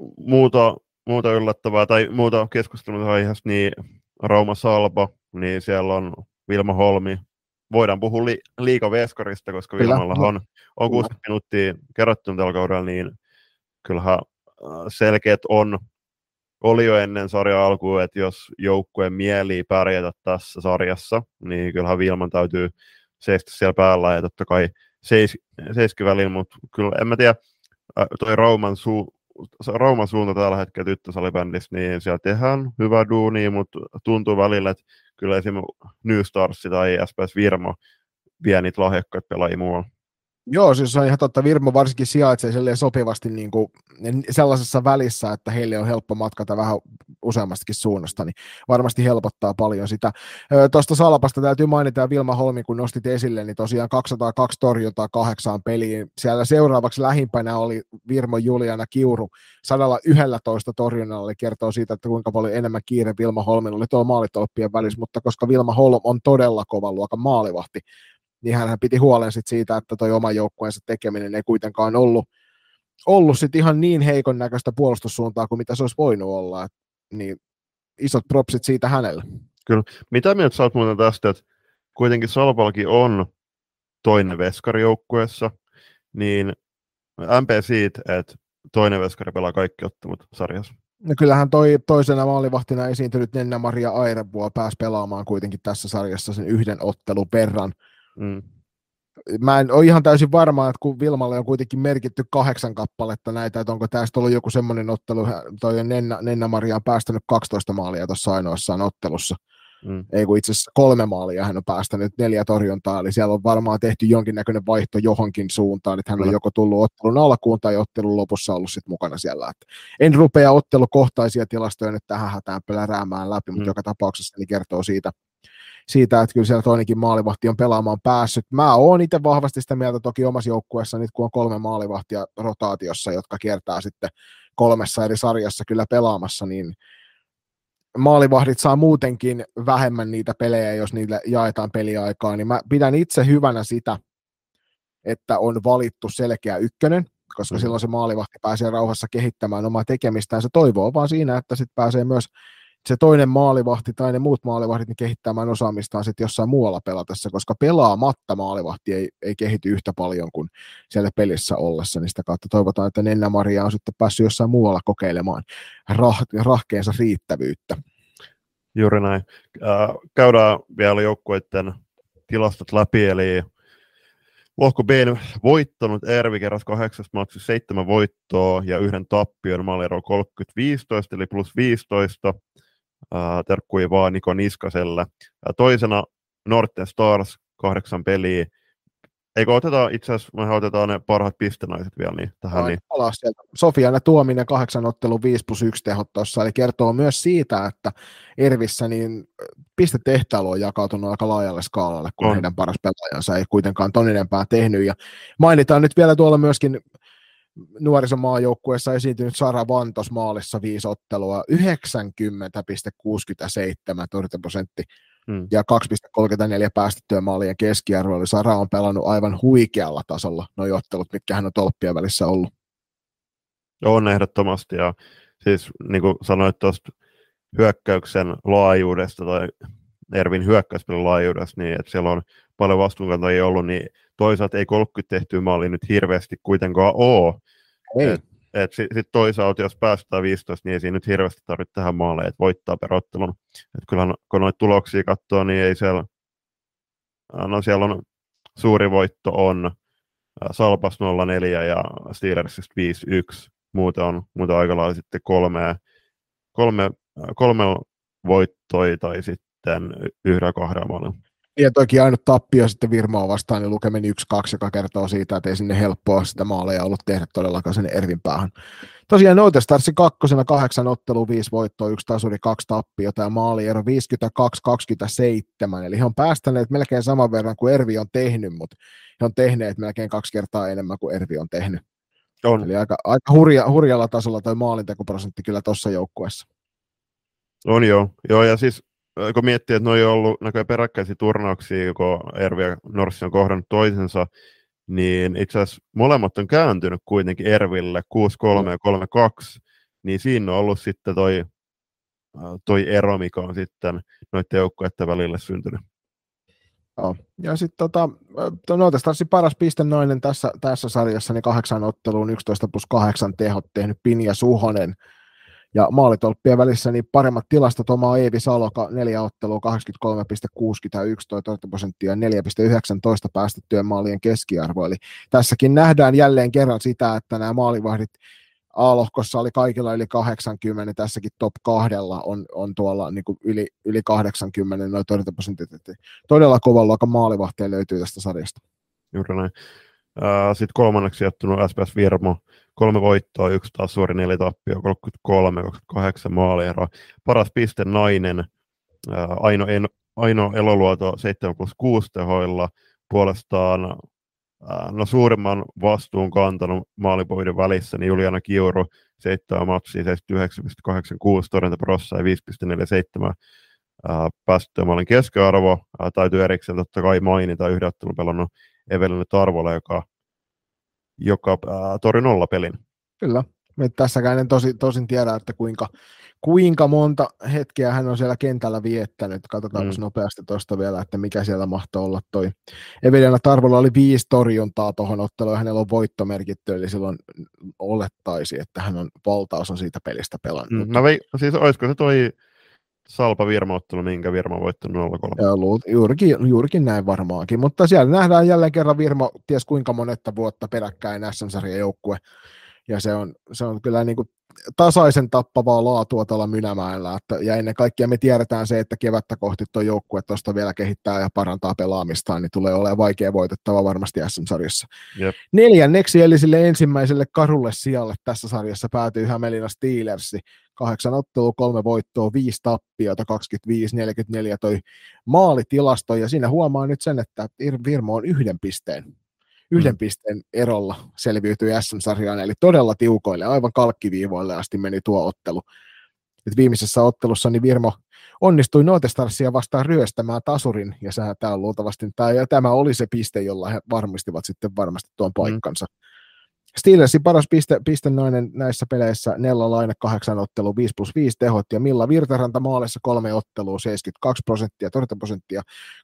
muuta yllättävää tai muuta keskustelua aiheesta, niin Rauma Salpa, niin siellä on Vilma Holmi. Voidaan puhua liigaveskarista, koska Vilmalla on 60 minuuttia kerrottu tällä kaudella, niin kyllähän selkeät oli jo ennen sarjan alkuun, että jos joukkueen mielii pärjätä tässä sarjassa, niin kyllähän Vilman täytyy seistä siellä päällä, ja totta kai seiskivälillä, mutta kyllä en mä tiedä, toi Rauman suunta tällä hetkellä tyttösalibändissä, niin siellä tehdään hyvää duunia, mutta tuntuu välillä, että kyllä esimerkiksi New Stars tai SPS Virmo vie niitä lahjakkaita pelaajia muualla. Joo, siis on ihan totta. Virmo varsinkin sijaitsee sopivasti niin kuin sellaisessa välissä, että heille on helppo matkata vähän useammastakin suunnasta, niin varmasti helpottaa paljon sitä. Tuosta Salpasta täytyy mainita, ja Vilma Holmi, kun nostit esille, niin tosiaan 202 torjuntaa 8 peliin. Siellä seuraavaksi lähimpänä oli Virmo Juliana Kiuru 111 torjunnalla, eli kertoo siitä, että kuinka paljon enemmän kiire Vilma Holmilla oli tuolla maalitolppien välissä, mutta koska Vilma Holm on todella kovan luokan maalivahti, niin hän piti huolen siitä, että toi oman joukkueensa tekeminen ei kuitenkaan ollut sit ihan niin heikon näköistä puolustussuuntaa kuin mitä se olisi voinut olla. Niin isot propsit siitä hänelle. Kyllä. Mitä mieltä sä oot muuten tästä, että kuitenkin Salpallakin on toinen veskari joukkueessa, niin MP siitä, että toinen veskari pelaa kaikki ottelut sarjassa. No kyllähän toisena maalivahtina esiintynyt Nenna-Maria Airevuo pääsi pelaamaan kuitenkin tässä sarjassa sen yhden ottelun verran. Mä en ole ihan täysin varma, että kun Vilmalle on kuitenkin merkitty 8 kappaletta näitä, että onko tästä ollut joku semmoinen ottelu, toi Nenna-Maria on päästänyt 12 maalia tuossa ainoassaan ottelussa. Ei kun itse asiassa 3 maalia hän on päästänyt, 4 torjuntaa, eli siellä on varmaan tehty jonkinnäköinen vaihto johonkin suuntaan, että hän on joko tullut ottelun alkuun tai ottelun lopussa ollut sit mukana siellä. Että en rupea ottelukohtaisia tilastoja nyt tähän hätään pläräämään läpi, mutta joka tapauksessa niin kertoo siitä, että kyllä siellä toinenkin maalivahti on pelaamaan päässyt. Mä oon itse vahvasti sitä mieltä toki omassa joukkueessa, nyt kun on 3 maalivahtia rotaatiossa, jotka kiertää sitten 3 eri sarjassa kyllä pelaamassa, niin maalivahdit saa muutenkin vähemmän niitä pelejä, jos niille jaetaan peliaikaa, niin mä pidän itse hyvänä sitä, että on valittu selkeä ykkönen, koska silloin se maalivahti pääsee rauhassa kehittämään omaa tekemistään. Se toivoo vaan siinä, että sitten pääsee myös se toinen maalivahti tai ne muut maalivahdit niin kehittämään osaamistaan sitten jossain muualla pelatessa, koska pelaamatta maalivahti ei kehity yhtä paljon kuin siellä pelissä ollessa, niin sitä kautta toivotaan, että Nenna-Maria on sitten päässyt jossain muualla kokeilemaan rahkeensa riittävyyttä. Juuri näin. Käydään vielä joukkueiden tilastot läpi, eli lohko B voittanut Ervi keräsi 8 matsissa 7 voittoa ja 1 tappion, maaliero 30-15 eli plus 15. Terkkui vaan Niko Niskaselle. Toisena Northern Stars 8 peliä. Eikö oteta itse asiassa, me otetaan ne parhaat pistenaiset vielä niin, tähän. Niin. Sofiana Tuominen 8 ottelun 5+1 tehot tuossa, eli kertoo myös siitä, että Ervissä niin pistetehtailu on jakautunut aika laajalle skaalalle, kun heidän paras pelaajansa ei kuitenkaan ton enempää tehnyt. Ja mainitaan nyt vielä tuolla myöskin nuorisomaajoukkueessa esiintynyt Sara Vantos maalissa 5 ottelua, 90,67 torjuntaprosentti ja 2,34 päästettyä maalien keskiarvo, eli Sara on pelannut aivan huikealla tasolla nuo ottelut, mitkä hän on tolppien välissä ollut. On ehdottomasti, ja siis niin kuin sanoit tuosta hyökkäyksen laajuudesta tai Ervin hyökkäyspelin laajuudesta, niin että siellä on paljon vastuunkantajia ollut, niin toisaalta ei 30 tehtyä maalia nyt hirveästi kuitenkaan ole. Sitten toisaalta, jos päästään 15, niin ei siinä nyt hirveästi tarvitse tähän maalle, että voittaa per ottelun. Kyllähän kun noita tuloksia katsoo, niin ei siellä, siellä on suuri voitto on Salpas 0-4 ja Steelersistä 5-1. Muuten on aika lailla sitten kolme voittoja tai sitten 1-2 maalilla. Ja toki ainut tappio sitten Virmoa vastaan, niin lukemeni 1-2, joka kertoo siitä, että ei sinne helppoa sitä maaleja ollut tehdä todellakaan sen Ervin päähän. Tosiaan Noite Starsin 2, 8 ottelua, 5 voittoa, 1 tasuri, 2 tappiota ja maaliero 52-27, eli he on päästäneet melkein saman verran kuin Ervi on tehnyt, mutta he on tehneet melkein 2 kertaa enemmän kuin Ervi on tehnyt. On. Eli aika hurjalla tasolla toi maalintekoprosentti kyllä tuossa joukkueessa. On joo, ja siis kun miettii, että ne on ollut näköjään peräkkäisiä turnauksia, kun Ervi ja Norssi on kohdannut toisensa, niin itse asiassa molemmat on kääntynyt kuitenkin Erville 6-3 ja 3-2, niin siinä on ollut sitten toi ero, mikä on sitten noiden joukkueiden välille syntynyt. Joo. Ja sitten Noite Starsin paras pistennainen tässä sarjassa, niin 8 otteluun 11+8 tehot tehnyt Pinja Suhonen. Ja maalitolppien välissä niin paremmat tilastot omaa Eevi Saloka, 4 ottelua, 83,61 torjuntaprosenttia ja 4,19 päästettyjen maalien keskiarvo. Eli tässäkin nähdään jälleen kerran sitä, että nämä maalivahdit A-lohkossa oli kaikilla yli 80, tässäkin top 2 on tuolla niin kuin yli 80 noin torjuntaprosentit. Todella kovan luokan maalivahteja löytyy tästä sarjasta. Juuri näin. Sitten kolmanneksi jättynyt SPS Virmo, 3 voittoa, 1 tasuri, 4 tappio, 33-28 maaliero. Paras piste nainen, Aino Eloluoto 7+6 tehoilla, puolestaan suurimman vastuun kantanut maalipoiden välissä, niin Juliana Kiuru 7 matsia, 79,86 torjuntaprossa ja 5,47 päästettyä maalin keskiarvo. Täytyy erikseen totta kai mainita yhden ottelun pelannut Evelina Tarvola, joka tori 0 pelin. Kyllä. Tässäkään en tosin tiedä, että kuinka monta hetkeä hän on siellä kentällä viettänyt. Katsotaanko nopeasti tuosta vielä, että mikä siellä mahtoi olla toi. Evelina Tarvola oli 5 torjuntaa tuohon otteluun, ja hänellä on voittomerkitty, eli silloin olettaisi, että hän on valtaosan siitä pelistä pelannut. Siis olisiko se toi Salpa Virma-ottelu, minkä Virma on voittanut 0-3? Juurikin näin varmaankin, mutta siellä nähdään jälleen kerran Virmo ties kuinka monetta vuotta peräkkäin SM-sarjan joukkue, ja se on kyllä niin kuin tasaisen tappavaa laatua tuolla Mynämäellä, ja ennen kaikkea me tiedetään se, että kevättä kohti tuo joukkue tuosta vielä kehittää ja parantaa pelaamistaan, niin tulee olemaan vaikea voitettava varmasti SM-sarjassa. Yep. 4. eli sille ensimmäiselle karulle sijalle tässä sarjassa päätyy Hämeenlinna Steelersi, 8 ottelua, 3 voittoa, 5 tappiota, 25-44 toi maalitilasto, ja siinä huomaa nyt sen, että Virmo on 1 pisteen erolla selviytyi SM-sarjaan, eli todella tiukoille, aivan kalkkiviivoille asti meni tuo ottelu. Et viimeisessä ottelussa niin Virmo onnistui Noite Starsia vastaan ryöstämään tasurin, ja tämä on luultavasti, tämä oli se piste, jolla he varmistivat sitten varmasti tuon paikkansa. Steelersin paras pistennainen näissä peleissä, Nella Laine 8 ottelua, 5+5 tehot, ja Milla Virtaranta maalissa 3 ottelua, 72% torjuntaprosenttia,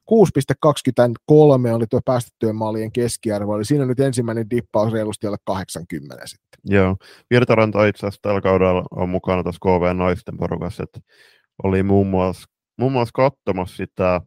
6,23 oli tuo päästettyjen maalien keskiarvo, eli siinä nyt ensimmäinen dippaus reilusti alle 80 sitten. Joo, Virtaranta itse asiassa tällä kaudella on mukana tässä KV-naisten porukassa, että oli muun muassa katsomassa sitä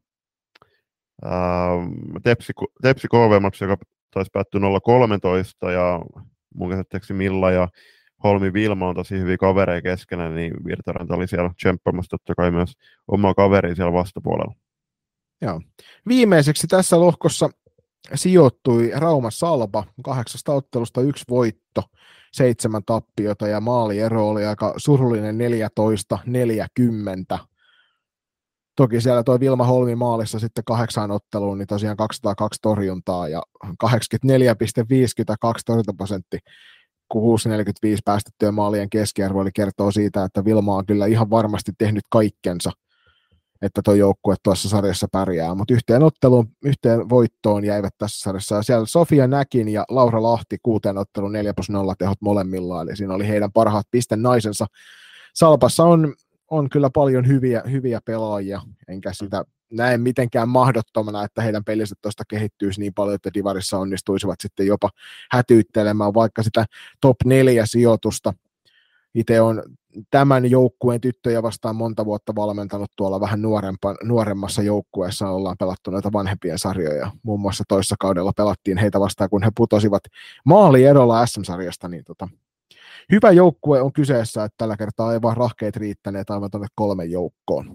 Tepsi KV-matsi, joka taisi päättyä 0-13, ja mun käsittääkseni Milla ja Holmi Vilma on tosi hyviä kavereja keskenään, niin Virtaranta oli siellä tsemppaamassa totta kai myös omaa kaveria siellä vastapuolella. Joo. Viimeiseksi tässä lohkossa sijoittui Rauma Salpa 8 ottelusta 1 voitto, 7 tappiota ja maaliero oli aika surullinen 14-40. Toki siellä toi Vilma Holmi maalissa sitten 8 otteluun, niin tosiaan 202 torjuntaa ja 84,52 torjuntaprosentti, kun 645 päästettyä maalien keskiarvo, eli kertoo siitä, että Vilma on kyllä ihan varmasti tehnyt kaikkensa, että tuo joukkue tuossa sarjassa pärjää, mutta yhteen voittoon jäivät tässä sarjassa, ja siellä Sofia Näkin ja Laura Lahti 6 ottelun 4+0 tehot molemmillaan, eli siinä oli heidän parhaat naisensa. Salpassa on kyllä paljon hyviä pelaajia, enkä sitä näe mitenkään mahdottomana, että heidän pelinsä tuosta kehittyisi niin paljon, että Divarissa onnistuisivat sitten jopa hätyyttelemään vaikka sitä top 4 sijoitusta. Itse on tämän joukkueen tyttöjä vastaan monta vuotta valmentanut tuolla vähän nuoremmassa joukkueessa, ollaan pelattu näitä vanhempien sarjoja, muun muassa toissa kaudella pelattiin heitä vastaan, kun he putosivat maalierolla SM-sarjasta, niin hyvä joukkue on kyseessä, että tällä kertaa ei vaan rahkeet riittäneet aivan tuonne 3 joukkoon.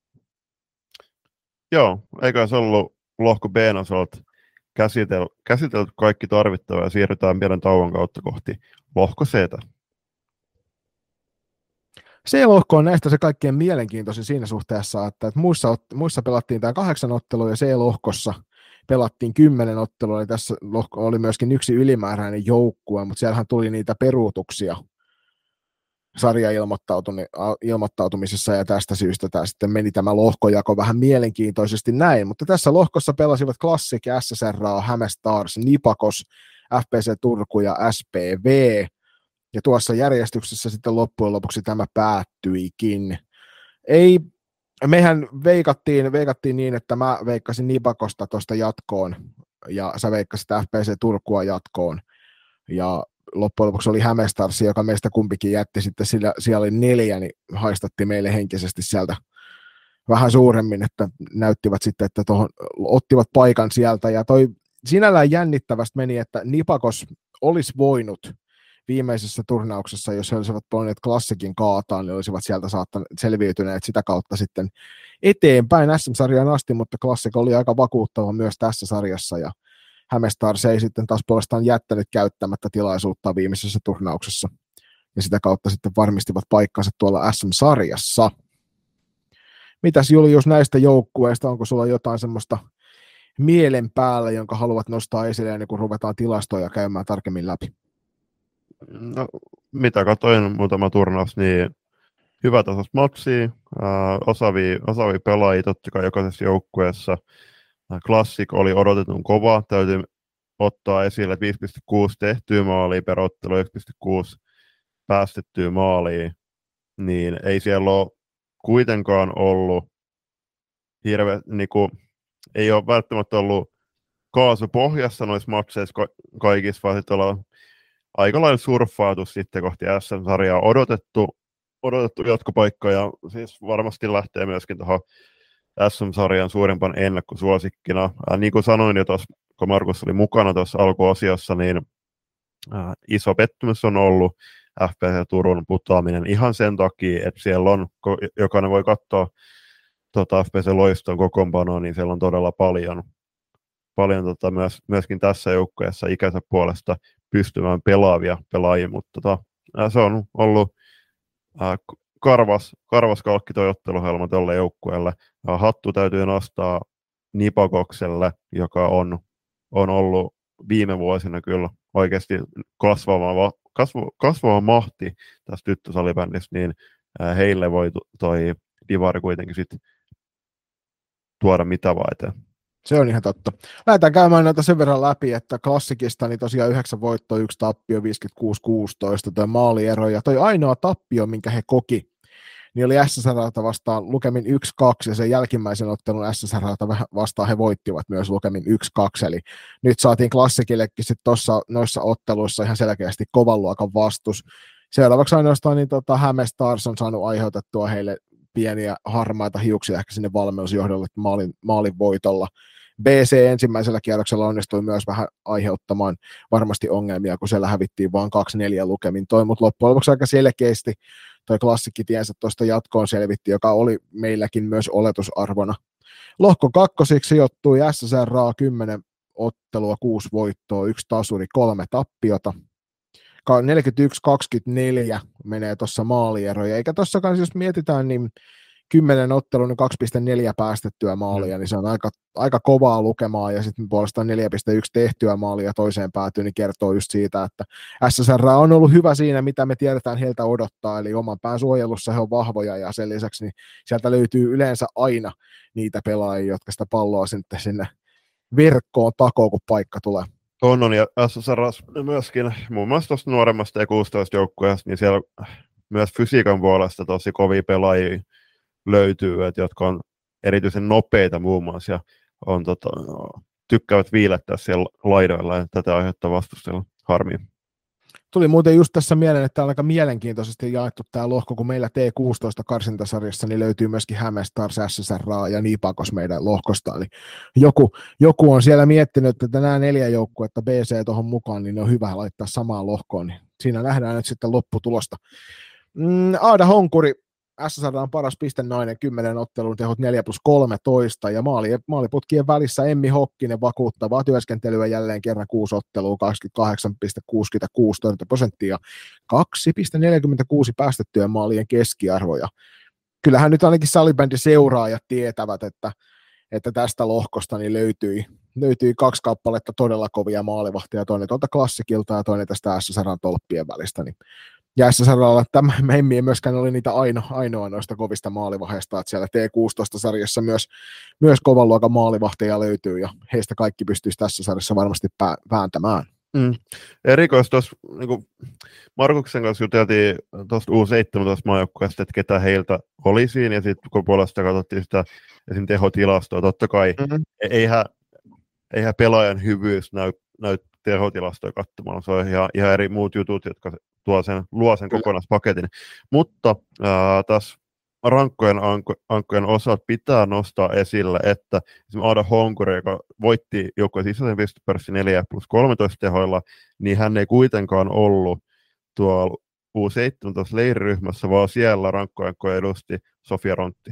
Joo, eikä se ollut lohko B:n osalta käsitelty kaikki tarvittava ja siirrytään pienen tauon kautta kohti lohko C:tä. C-lohko on näistä se kaikkein mielenkiintoisin siinä suhteessa, että muissa pelattiin tämä 8 ottelua ja C-lohkossa pelattiin 10 ottelua, eli tässä oli myöskin yksi ylimääräinen joukkue, mutta siellähän tuli niitä peruutuksia sarjailmoittautumisessa ja tästä syystä sitten meni tämä lohkojako vähän mielenkiintoisesti näin, mutta tässä lohkossa pelasivat Classic, SSRA, Hämestars, Nipakos, FPC Turku ja SPV, ja tuossa järjestyksessä sitten loppujen lopuksi tämä päättyikin. Mehän veikattiin niin, että mä veikkasin Nipakosta tuosta jatkoon, ja sä veikkasit FPC Turkua jatkoon, ja loppujen lopuksi oli Hämestars, joka meistä kumpikin jätti sitten, siellä oli 4, niin haistattiin meille henkisesti sieltä vähän suuremmin, että näyttivät sitten, että ottivat paikan sieltä, ja toi sinällään jännittävästi meni, että Nipakos olisi voinut viimeisessä turnauksessa, jos he olisivat voineet Klassikin kaataan, niin olisivat sieltä selviytyneet sitä kautta sitten eteenpäin SM-sarjaan asti, mutta Classic oli aika vakuuttava myös tässä sarjassa, ja Hämestars ei sitten taas puolestaan jättänyt käyttämättä tilaisuutta viimeisessä turnauksessa, ja sitä kautta sitten varmistivat paikkansa tuolla SM-sarjassa. Mitäs Julius näistä joukkueista, onko sulla jotain semmoista mielen päällä, jonka haluat nostaa esille, ennen kuin ruvetaan tilastoja käymään tarkemmin läpi? No, mitä katsoin muutama turnaus, niin hyvä tasoista matsia, osaavia pelaajia totta kai jokaisessa joukkueessa. Classic oli odotetun kova, täytyy ottaa esille, että 5,6 tehtyä maalia per ottelu, 1,6 päästettyä maalia, niin ei siellä ole kuitenkaan ollut ei ole välttämättä ollut kaasu pohjassa noissa matseissa kaikissa, vaan sitten ollaan aika lailla surffaatu sitten kohti SM-sarjaa, odotettu jatkopaikka, ja siis varmasti lähtee myöskin tuohon SM-sarjan suurimpan ennakkosuosikkina. Niin kuin sanoin jo tuossa, kun Markus oli mukana tuossa alkuosiossa, niin iso pettymys on ollut FPC Turun putoaminen ihan sen takia, että siellä on, jokainen voi katsoa FPC Loiston kokoonpanoa, niin siellä on todella paljon myöskin tässä joukkueessa ikänsä puolesta pystymään pelaavia pelaajia, mutta se on ollut karvas kalkki tuo otteluhelma tuolle joukkueelle. Hattu täytyy nostaa Nipakokselle, joka on ollut viime vuosina kyllä oikeasti kasvava mahti tässä tyttösalibändissä, niin heille voi toi divari kuitenkin sitten tuoda mitä vaan eteen. Se on ihan totta. Lähdetään käymään näitä sen verran läpi, että Klassikista niin tosiaan 9 voittoa, 1 tappio, 56-16 toi maaliero, ja toi ainoa tappio, minkä he koki, niin oli SSR:ltä vastaan lukemin 1-2, ja sen jälkimmäisen ottelun SSR:ltä vastaan he voittivat myös lukemin 1-2, eli nyt saatiin Klassikillekin sitten noissa otteluissa ihan selkeästi kovan luokan vastus. Seuraavaksi ainoastaan niin Hämestars on saanut aiheutettua heille pieniä harmaita hiuksia ehkä sinne valmennusjohdolle maalin voitolla. BC ensimmäisellä kierroksella onnistui myös vähän aiheuttamaan varmasti ongelmia, kun siellä hävittiin vaan 2-4 lukemin mutta loppujen lopuksi aika selkeästi toi Klassikki tiensä tuosta jatkoon selvitti, joka oli meilläkin myös oletusarvona. Lohko kakkosiksi sijoittui SSRA 10 ottelua, 6 voittoa, 1 tasuri, 3 tappiota. 41-24 menee tuossa maalieroja, eikä tossakaan, jos mietitään, niin 10 ottelun 2,4 päästettyä maalia, niin se on aika kovaa lukemaa, ja sitten puolestaan 4,1 tehtyä maalia toiseen päätyyn, niin kertoo just siitä, että SSR on ollut hyvä siinä, mitä me tiedetään heiltä odottaa, eli oman pään suojelussa he on vahvoja, ja sen lisäksi niin sieltä löytyy yleensä aina niitä pelaajia, jotka sitä palloa sitten sinne verkkoon takoo, kun paikka tulee. On, ja SSR myöskin muun muassa tuosta nuoremmasta ja 16 joukkueesta, niin siellä myös fysiikan puolesta tosi kovia pelaajia löytyy, jotka on erityisen nopeita muun muassa, ja on, tykkäävät viilettää siellä laidoilla, ja tätä aiheuttaa vastustajalla harmia. Tuli muuten just tässä mieleen, että on aika mielenkiintoisesti jaettu tämä lohko, kun meillä T16-karsintasarjassa niin löytyy myöskin Hämeenstars, SSR ja Nipakos meidän lohkosta. Eli joku on siellä miettinyt, että nämä 4 joukkuetta BC tuohon mukaan, niin ne on hyvä laittaa samaan lohkoon. Niin siinä nähdään nyt sitten lopputulosta. Aada Honkuri, SSR on paras pistenainen, 10 ottelun tehot 4+13, ja maaliputkien välissä Emmi Hokkinen vakuuttavaa työskentelyä jälleen kerran 6 ottelua, 28,66 torjuntaprosenttia, 2,46 päästettyjen maalien keskiarvoja. Kyllähän nyt ainakin salibändin seuraajat tietävät, että tästä lohkosta niin löytyi 2 kappaletta todella kovia maalivahtia, toinen tuolta Klassikilta ja toinen tästä SSR:n tolppien välistä, niin ja SSR:llä tämä Hemmi ei myöskään ole niitä ainoa noista kovista maalivahdeista, että siellä T16-sarjassa myös kovan luokan maalivahteja löytyy, ja heistä kaikki pystyisi tässä sarjassa varmasti vääntämään. Erikoista tuossa, niin Markuksen kanssa juteltiin tuosta U17-maajoukkueesta, että ketä heiltä oli siinä, ja sitten kun puolesta katsottiin sitä esim. Tehotilastoa, totta kai, eihän pelaajan hyvyys näy tehotilastoja katsomalla, se on ihan eri muut jutut, jotka luo sen kokonaispaketin. Mutta tässä rankkojen ankkojen osalta pitää nostaa esille, että esimerkiksi Aada Honkuri, joka voitti joukkueen sisäisen pistepörssin 4+13 tehoilla, niin hän ei kuitenkaan ollut tuolla U17-leiriryhmässä, vaan siellä rankkojen ankkoja edusti Sofia Rontti.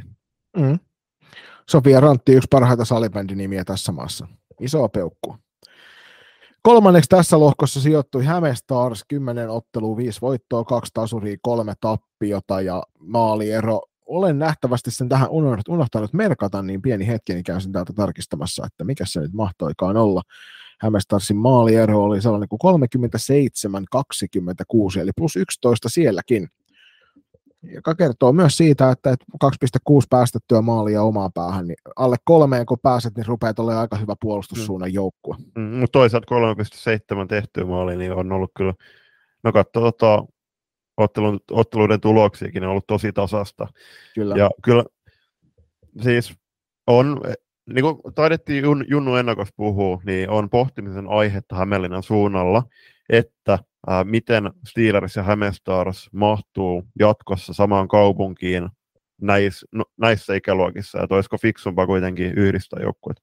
Sofia Rontti, yksi parhaita salibändinimiä tässä maassa. Isoa peukkua. Kolmanneksi tässä lohkossa sijoittui Hämeenstars, 10 ottelua, 5 voittoa, 2 tasuria, 3 tappiota ja maaliero. Olen nähtävästi sen tähän unohtanut merkata, niin pieni hetki, niin käyn sen täältä tarkistamassa, että mikä se nyt mahtoikaan olla. Hämeestarsin maaliero oli sellainen kuin 37-26, eli +11 sielläkin. Joka kertoo myös siitä, että 2,6 päästettyä maalia omaan päähän, niin alle 3 kun pääset, niin rupeat olemaan aika hyvä puolustussuunnan joukkue. Mutta toisaalta 3,7 tehtyä maalia, niin on ollut kyllä, no katsoo otteluiden tuloksiakin, on ollut tosi tasasta. Kyllä. Ja kyllä siis on, niin kuin taidettiin Junnu ennakossa puhua, niin on pohtimisen aihetta Hämeenlinnan suunnalla, että miten Steelers ja Hämeenstars mahtuu jatkossa samaan kaupunkiin näissä ikäluokissa, ja olisiko fiksumpaa kuitenkin yhdistää joukkueet?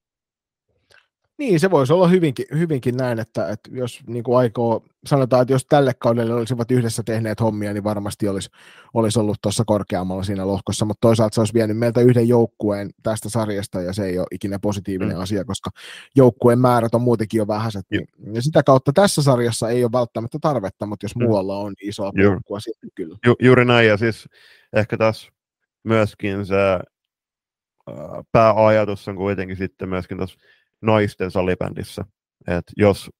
Niin, se voisi olla hyvinkin näin, että jos niin kuin aikoo, sanotaan, että jos tälle kaudelle olisivat yhdessä tehneet hommia, niin varmasti olisi ollut tuossa korkeammalla siinä lohkossa, mutta toisaalta se olisi vienyt meiltä yhden joukkueen tästä sarjasta, ja se ei ole ikinä positiivinen asia, koska joukkueen määrät on muutenkin jo vähäiset. Ja sitä kautta tässä sarjassa ei ole välttämättä tarvetta, mutta jos muualla on niin isoa porkkua, sitten kyllä. Juuri näin, ja siis ehkä tässä myöskin se pääajatus on kuitenkin sitten myöskin tuossa naisten salibändissä, että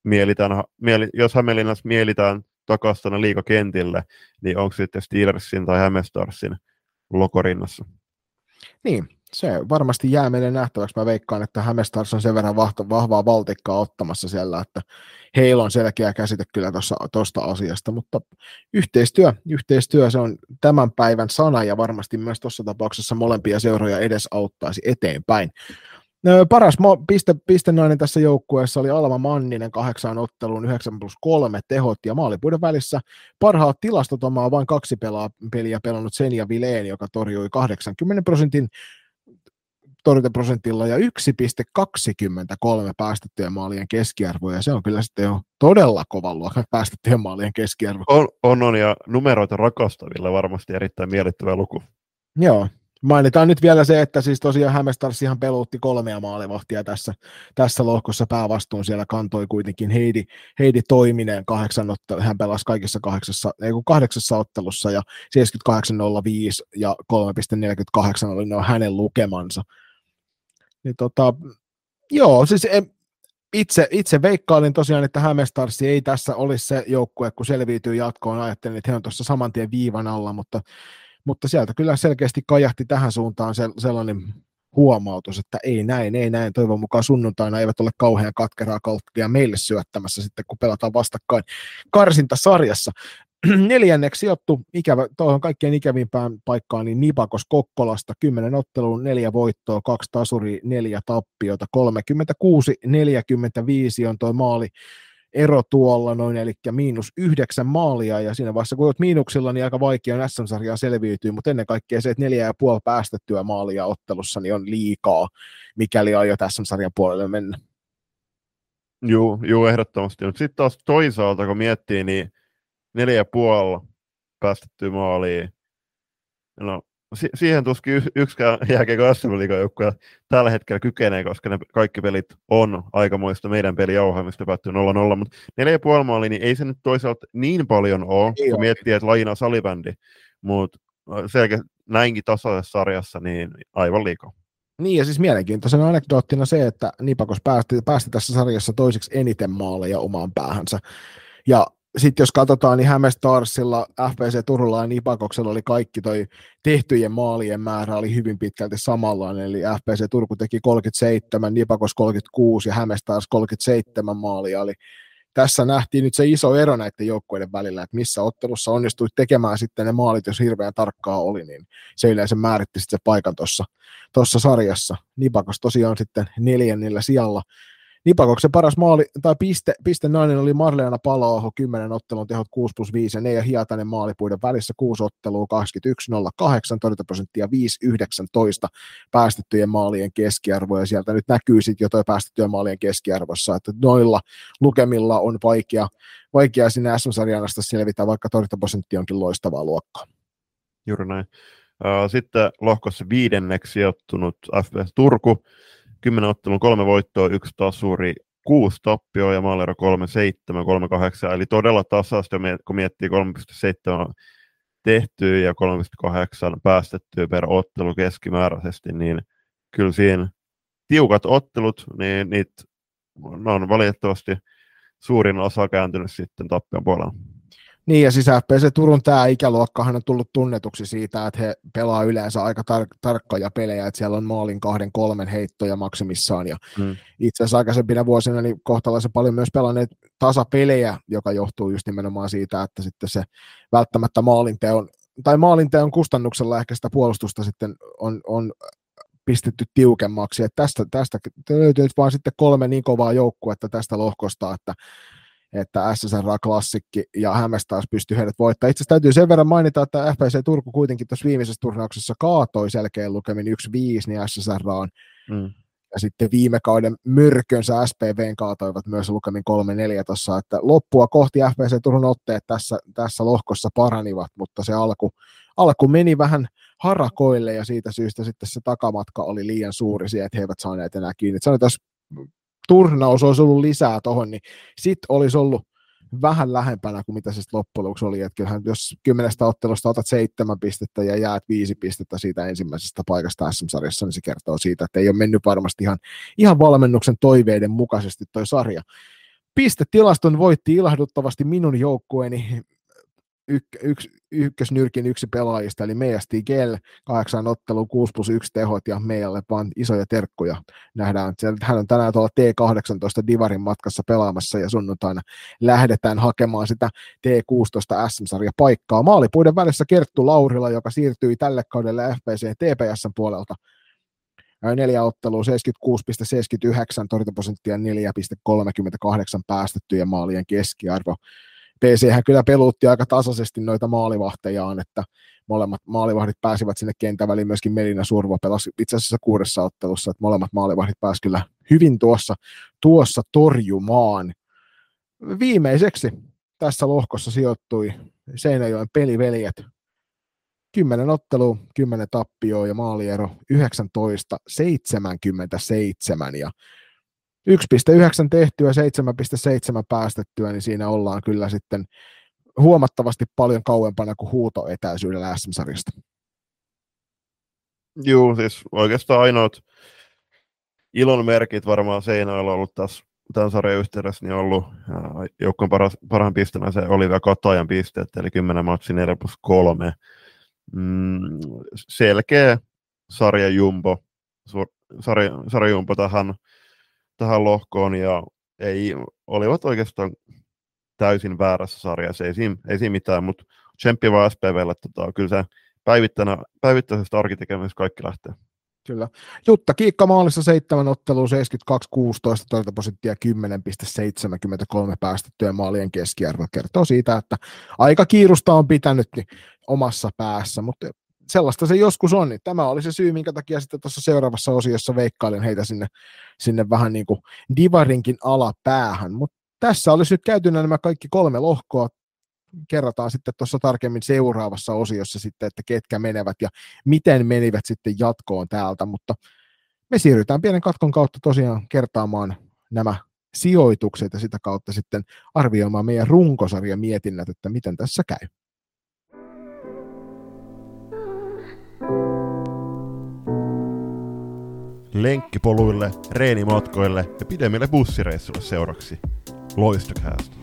jos Hämeenlinnassa mielitään takaisin tuonne liigakentille, niin onko sitten Steelersin tai Hämeestarsin logo rinnassa? Niin, se varmasti jää meille nähtäväksi. Mä veikkaan, että Hämeenstars on sen verran vahvaa valtikkaa ottamassa siellä, että heillä on selkeä käsite kyllä tuosta asiasta, mutta yhteistyö se on tämän päivän sana, ja varmasti myös tuossa tapauksessa molempia seuroja edesauttaisi eteenpäin. Paras pistenainen tässä joukkueessa oli Alma Manninen, 8 otteluun 9+3 tehot ja maalipuiden välissä. Parhaat tilastot omaa vain 2 peliä pelannut Senja Vileen, joka torjui 80% torjuntaprosentilla ja 1,23 päästettyjen maalien keskiarvo, ja se on kyllä sitten jo todella kovan luokan päästettyjen maalien keskiarvo. On, ja numeroita rakastaville varmasti erittäin miellyttävä luku. Joo. Mainitaan nyt vielä se, että siis tosiaan Hämeenstadsihan peluutti 3 maalivahtia tässä lohkossa. Päävastuun siellä kantoi kuitenkin Heidi Toiminen, hän pelasi kaikissa 8 ottelussa ja 78,05 ja 3,48 oli ne hänen lukemansa. Niin joo, siis itse veikkailin tosiaan, että Hämeenstadsi ei tässä olisi se joukkue, kun selviytyy jatkoon. Ajattelin, että he on tuossa saman tien viivan alla, mutta sieltä kyllä selkeästi kajahti tähän suuntaan sellainen huomautus, että ei näin, toivon mukaan sunnuntaina eivät ole kauhean katkeraa kalkkia meille syöttämässä sitten, kun pelataan vastakkain karsintasarjassa. 4. sijoittu tuohon kaikkein ikävimpään paikkaan, niin Nipakos Kokkolasta, 10 otteluun, 4 voittoa, 2 tasuria, 4 tappiota, 36-45 on tuo maali ero tuolla noin, eli -9 maalia, ja siinä vaiheessa, kun olet miinuksilla, niin aika vaikea on SM-sarjaa selviytyä, mutta ennen kaikkea se, että 4,5 päästettyä maalia ottelussa, niin on liikaa, mikäli aiot SM-sarjan puolelle mennä. Joo, ehdottomasti. Mutta sitten taas toisaalta, kun miettii, niin 4,5 päästettyä maalia, no siihen tuskin yksikään jääkiekko SM-liigan joukkue tällä hetkellä kykenee, koska ne kaikki pelit on aikamoista meidän pelijauhaamista päättyy 0-0, mutta 4,5 maalia, niin ei se nyt toisaalta niin paljon ole, kun miettii, että lajina salibändi, mutta selkeästi näinkin tasaisessa sarjassa, niin aivan liikaa. Niin, ja siis mielenkiintoisena anekdoottina se, että Nipakos päästi tässä sarjassa toiseksi eniten maaleja omaan päähänsä, ja sitten jos katsotaan, niin Hämeenstadsilla, FPC Turulla ja Nipakoksella oli kaikki toi tehtyjen maalien määrä oli hyvin pitkälti samanlainen, eli FPC Turku teki 37, Nipakos 36 ja Hämeenstads 37 maalia, eli tässä nähtiin nyt se iso ero näiden joukkueiden välillä, että missä ottelussa onnistui tekemään sitten ne maalit, jos hirveän tarkkaa oli, niin se yleensä määritti sitten se paikan tuossa sarjassa. Nipakos tosiaan sitten 4. sijalla. Nipakoksen paras maali, tai piste nainen oli Marleena Palo-aho, 10 ottelun tehot 6+5, ja Neija Hietanen maalipuiden välissä 6 ottelua, 21,08, torjuntaprosenttia 5,19 päästettyjen maalien keskiarvo, ja sieltä nyt näkyy sitten jo tuo päästettyjen maalien keskiarvossa, että noilla lukemilla on vaikea sinne SM-sarjaan asti selvitä, vaikka torjuntaprosentti onkin loistavaa luokkaa. Juuri näin. Sitten lohkossa 5. sijoittunut FPC Turku, 10 ottelun 3 voittoa, 1 tasuri, 6 tappioa ja maaliero 3,7, 3,8, eli todella tasaista, kun miettii 3,7 tehtyä ja 3,8 päästettyä per ottelu keskimääräisesti, niin kyllä siinä tiukat ottelut, niin niitä on valitettavasti suurin osa kääntynyt sitten tappion puolella. Niin, ja siis FPC Turun tämä ikäluokkahan on tullut tunnetuksi siitä, että he pelaa yleensä aika tarkkoja pelejä, että siellä on maalin 2-3 heittoja maksimissaan, ja itse asiassa aikaisempina vuosina niin kohtalaisen paljon myös pelanneet tasapelejä, joka johtuu just nimenomaan siitä, että sitten se välttämättä maalinteon kustannuksella ehkä sitä puolustusta sitten on pistetty tiukemmaksi, että tästä löytyy vaan sitten 3 niin kovaa joukkuetta tästä lohkosta, että SSR Klassikki ja Hämeenstads pystyi heidät voittamaan. Itse asiassa täytyy sen verran mainita, että FPC Turku kuitenkin tuossa viimeisessä turnauksessa kaatoi selkeän lukemin 1-5, niin SSR on. Ja sitten viime kauden myrkönsä SPVn kaatoivat myös lukemin 3-4 tuossa, että loppua kohti FPC Turun otteet tässä lohkossa paranivat, mutta se alku meni vähän harakoille, ja siitä syystä sitten se takamatka oli liian suuri siihen, että he eivät saaneet enää kiinni. Sanotaan, turnaus olisi ollut lisää tuohon, niin sitten olisi ollut vähän lähempänä kuin mitä se loppujen lopuksi oli. Että kyllähän jos 10 ottelusta otat 7 pistettä ja jäät 5 pistettä siitä ensimmäisestä paikasta SM-sarjassa, niin se kertoo siitä, että ei ole mennyt varmasti ihan valmennuksen toiveiden mukaisesti toi sarja. Pistetilaston voitti ilahduttavasti minun joukkueeni ykkösnyrkin yksi pelaajista, eli Meijasti Gell, 8 otteluun 6+1 tehot, ja Meijalle vaan isoja terkkuja nähdään. Hän on tänään tuolla T18 Divarin matkassa pelaamassa, ja sunnuntaina lähdetään hakemaan sitä T16 SM-sarja paikkaa. Maalipuiden välissä Kerttu Laurila, joka siirtyi tälle kaudelle FPC TPS:n puoleltä. 4 ottelua, 76,79, torjuntaprosenttia 4,38 päästettyjen maalien keskiarvo. PChän kyllä peluutti aika tasaisesti noita maalivahtejaan, että molemmat maalivahdit pääsivät sinne kentän väliin, myöskin Melina Survo pelasi itse asiassa 6 ottelussa, että molemmat maalivahdit pääsivät kyllä hyvin tuossa torjumaan. Viimeiseksi tässä lohkossa sijoittui Seinäjoen peliveljet. 10 ottelua, 10 tappioa ja maaliero 19-77 ja 1,9 tehtyä, 7,7 päästettyä, niin siinä ollaan kyllä sitten huomattavasti paljon kauempana kuin huutoetäisyydellä SM-sarjasta. Joo, siis oikeastaan ainoat ilon merkit varmaan Seinäjoella ollut tässä tämän sarjan yhteydessä, niin on ollut joukkueen parhaan pisteenä se Olivia Katajan pisteet, eli 10 matsi 4+3. Selkeä sarjajumbo tähän lohkoon, ja olivat oikeastaan täysin väärässä sarjassa, ei siinä mitään, mutta tsemppi vaan SPVlle, kyllä se päivittäisestä arkitekemisestä kaikki lähtee. Kyllä. Jutta Kiikka maalissa 7 ottelua, 72-16, torjuntaprosenttia 10,73 päästettyä maalien keskiarvo. Kertoo siitä, että aika kiirusta on pitänyt niin omassa päässä, mutta sellaista se joskus on. Niin tämä oli se syy, minkä takia sitten tuossa seuraavassa osiossa veikkailen heitä sinne vähän niin kuin divarinkin alapäähän. Mutta tässä olisi nyt käyty nämä kaikki 3 lohkoa. Kerrotaan sitten tuossa tarkemmin seuraavassa osiossa sitten, että ketkä menevät ja miten menivät sitten jatkoon täältä, mutta me siirrytään pienen katkon kautta tosiaan kertaamaan nämä sijoitukset ja sitä kautta sitten arvioimaan meidän runkosarjan mietinnät, että miten tässä käy. Lenkkipoluille, reenimatkoille ja pidemmille bussireissuille seuraksi. Loistokäästä.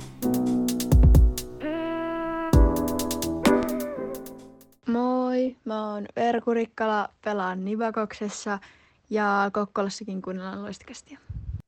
Moi, mä oon Verku Rikkala, pelaan Nivakoksessa ja Kokkolassakin kuunnellaan Loistokästiä.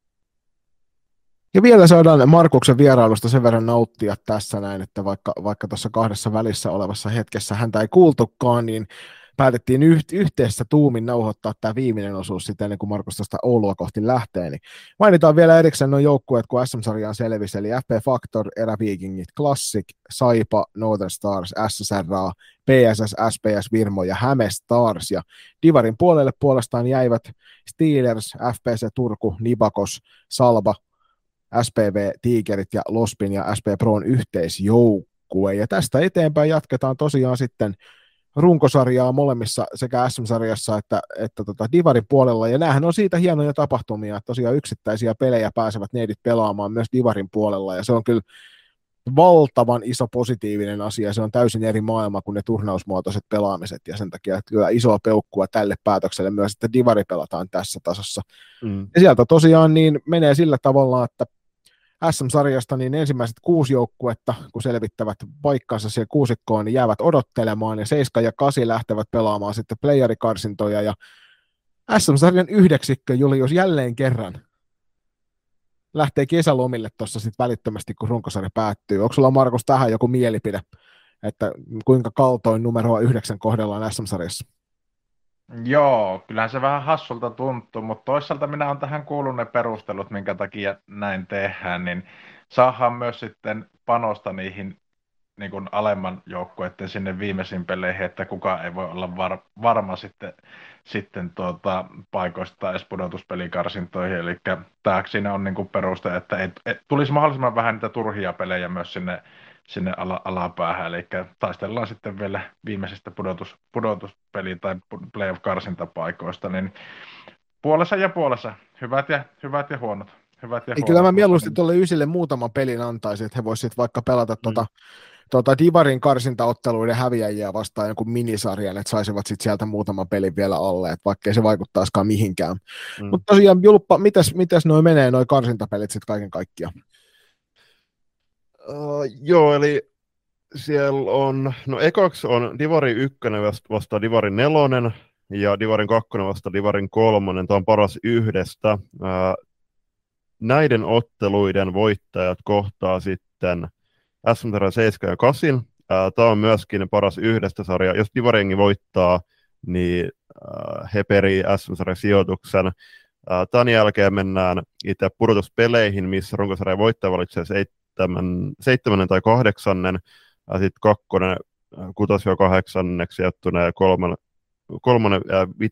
Ja vielä saadaan Markuksen vierailusta sen verran nauttia tässä näin, että vaikka tuossa 2 välissä olevassa hetkessä häntä ei kuultukaan, niin päätettiin yhteessä tuumin nauhoittaa tämä viimeinen osuus sitten ennen kuin Markus tuosta Oulua kohti lähtee. Niin mainitaan vielä erikseen nuo joukkueet, kun SM-sarjaan selvisi, eli FP Factor, Eräviikingit, Classic, Saipa, Northern Stars, SSRA, PSS, SPS, Virmo ja Häme Stars. Ja Divarin puolelle puolestaan jäivät Steelers, FPC Turku, Nibakos, Salba, SPV, Tigerit ja Lospin ja SP Proon yhteisjoukkue. Ja tästä eteenpäin jatketaan tosiaan sitten runkosarjaa molemmissa sekä SM-sarjassa että Divarin puolella, ja näähän on siitä hienoja tapahtumia, että tosiaan yksittäisiä pelejä pääsevät neidit pelaamaan myös Divarin puolella, ja se on kyllä valtavan iso positiivinen asia, se on täysin eri maailma kuin ne turnausmuotoiset pelaamiset, ja sen takia että kyllä isoa peukkua tälle päätökselle myös, että Divari pelataan tässä tasossa. Ja sieltä tosiaan niin menee sillä tavalla, että SM-sarjasta niin ensimmäiset 6 joukkuetta, kun selvittävät paikkansa siellä kuusikkoon, niin jäävät odottelemaan, ja 7 ja 8 lähtevät pelaamaan sitten playerikarsintoja, ja SM-sarjan 9 Julius jälleen kerran lähtee kesälomille tuossa sitten välittömästi, kun runkosarja päättyy. Onko sulla, Markus, tähän joku mielipide, että kuinka kaltoin numeroa 9 kohdellaan SM-sarjassa? Joo, kyllähän se vähän hassulta tuntuu, mutta toisaalta minä olen tähän kuullut ne perustelut, minkä takia näin tehdään, niin saadaan myös sitten panosta niihin niin kuin alemman joukkueiden sinne viimeisiin peleihin, että kukaan ei voi olla varma sitten paikoista tai edes pudotuspelikarsintoihin, eli tämä siinä on niin kuin peruste, että tulisi mahdollisimman vähän niitä turhia pelejä myös sinne alapäähän, eli taistellaan sitten vielä viimeisestä pudotuspeli- tai playoff-karsintapaikoista, niin puolessa ja puolessa, hyvät ja huonot. Kyllä mä mieluusti tuolle Ysille muutaman pelin antaisin, että he voisivat vaikka pelata Divarin karsintaotteluiden häviäjiä vastaan jonkun minisarjan, että saisivat sitten sieltä muutaman pelin vielä alle, että vaikkei se vaikuttaisikaan mihinkään. Mutta tosiaan, Julppa, mitäs noi menee, noi karsintapelit sitten kaiken kaikkiaan? Joo, eli siellä on, ekaksi on Divari 1 vastaan Divarin 4, ja Divarin 2 vastaan Divarin 3, tämä on paras yhdestä. Näiden otteluiden voittajat kohtaa sitten SM-sarjan 7 ja 8. Tämä on myöskin paras yhdestä sarja. Jos Divaringi voittaa, niin he perii SM-sarjan sijoituksen. Tämän jälkeen mennään itse pudotuspeleihin, missä runkosarjan voittaja valitsee 7. tai 8. Ja sitten 2, 6-8 sijoittuneen ja 3,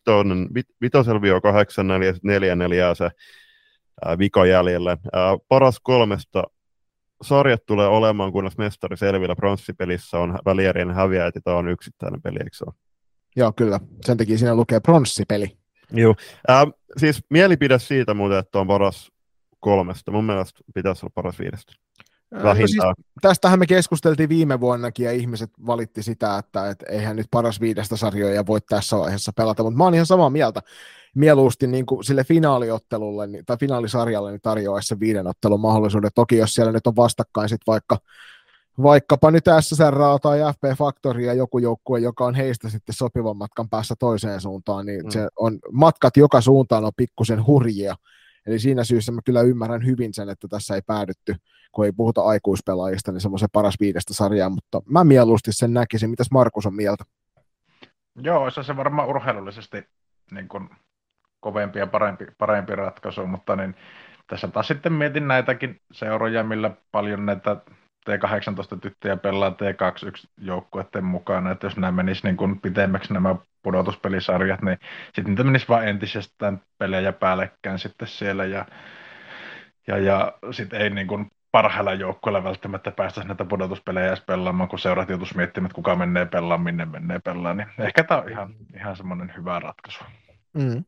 5-8 ja sitten 4 jää se vika jäljelle. Paras 3 sarjat tulee olemaan, kunnes mestari selvillä. Pronssipelissä on välierien häviäjät, ja tämä on yksittäinen peli, eikö se ole? Joo, kyllä. Sen takia siinä lukee pronssipeli. Joo. Siis mielipide siitä muuten, että on paras 3. Mun mielestä pitäisi olla paras 5. No siis, tästähän me keskusteltiin viime vuonnakin ja ihmiset valitti sitä, että eihän nyt paras 5 sarjoja voi tässä vaiheessa pelata, mutta mä oon ihan samaa mieltä. Mieluusti niin kuin sille finaaliottelulle tai finaalisarjalle niin tarjoaisi se 5 ottelun mahdollisuuden. Toki jos siellä nyt on vastakkain sit vaikkapa nyt SSR tai FP Factory ja joku joukkue, joka on heistä sitten sopivan matkan päässä toiseen suuntaan, niin se on, matkat joka suuntaan on pikkusen hurjia. Eli siinä syyssä mä kyllä ymmärrän hyvin sen, että tässä ei päädytty, kun ei puhuta aikuispelaajista, niin semmoisen paras 5 sarjaa, mutta mä mieluusti sen näkisin. Mitäs Markus on mieltä? Joo, se varmaan urheilullisesti niin kuin kovempi ja parempi ratkaisu, mutta niin, tässä taas sitten mietin näitäkin seuroja, millä paljon näitä T18-tyttöjä pelaa T21-joukkueiden mukana, että jos nämä menis niin kuin pitemmäksi nämä pudotuspelisarjat, niin sitten niitä menisi vain entisestään pelejä päällekkäin sitten siellä, ja sitten ei niin kuin parhailla joukkueilla välttämättä päästäisi näitä pudotuspelejä edes pelaamaan, kun seurat joutuisi miettimään, että kuka menee pelaamaan, minne menee pelaamaan, niin ehkä tämä on ihan semmoinen hyvä ratkaisu. Mm.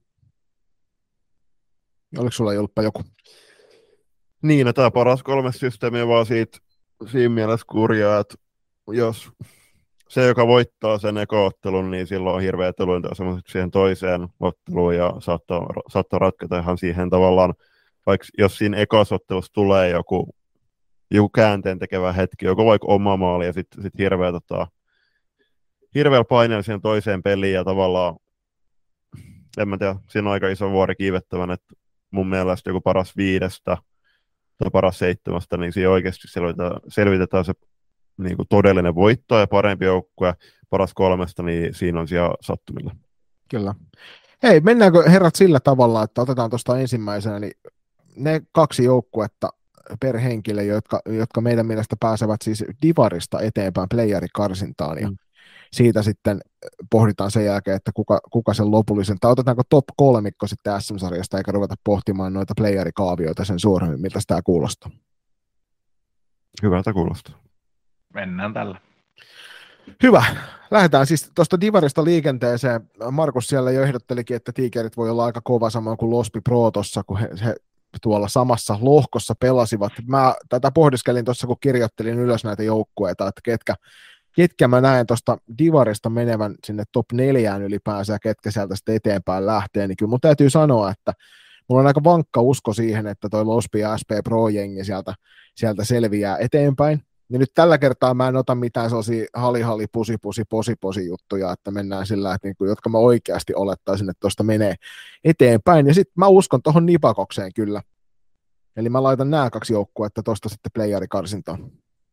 Oliko sulla Julppa joku? Niin, no tämä paras 3 systeemi on vaan siinä mielessä kurjaa, että jos se, joka voittaa sen ekoottelun, niin silloin on hirveä etulyönti siihen toiseen otteluun ja saattaa ratketa ihan siihen tavallaan, vaikka jos siinä ekosottelussa tulee joku käänteen tekevä hetki, joku vaikka oma maali ja sitten hirveällä paineella siihen toiseen peliin ja tavallaan, en mä tiedä, siinä on aika iso vuori kiivettävän, että mun mielestä joku paras 5 tai paras 7, niin siinä oikeasti selvitetään se niin kuin todellinen voitto ja parempi joukkue, paras 3, niin siinä on siellä sattumilla. Kyllä. Hei, mennäänkö herrat sillä tavalla, että otetaan tuosta ensimmäisenä, niin ne 2 joukkuetta per henkilö, jotka meidän mielestä pääsevät siis divarista eteenpäin playerikarsintaan, ja siitä sitten pohditaan sen jälkeen, että kuka sen lopullisen, tai otetaanko top 3 sitten SM-sarjasta, eikä ruveta pohtimaan noita playerikaavioita sen suoremmin, miltä tämä kuulostaa. Hyvältä kuulostaa. Mennään tällä. Hyvä. Lähdetään siis tuosta divarista liikenteeseen. Markus siellä jo ehdottelikin, että Tigerit voi olla aika kova samoin kuin Lospi Pro tossa, kun he tuolla samassa lohkossa pelasivat. Mä tätä pohdiskelin tuossa, kun kirjoittelin ylös näitä joukkueita, että ketkä mä näen tuosta divarista menevän sinne top 4 ylipäänsä ja ketkä sieltä sitten eteenpäin lähtee, niin kyllä mun täytyy sanoa, että mulla on aika vankka usko siihen, että toi Lospi ja SP Pro-jengi sieltä selviää eteenpäin. Ja nyt tällä kertaa mä en ota mitään sellaisia hali, pusi juttuja, että mennään sillä, että niinku, jotka mä oikeasti olettaisin, että tuosta menee eteenpäin. Ja sitten mä uskon tuohon Nipakokseen kyllä. Eli mä laitan nämä 2 joukkuetta tuosta sitten playerikarsintaan.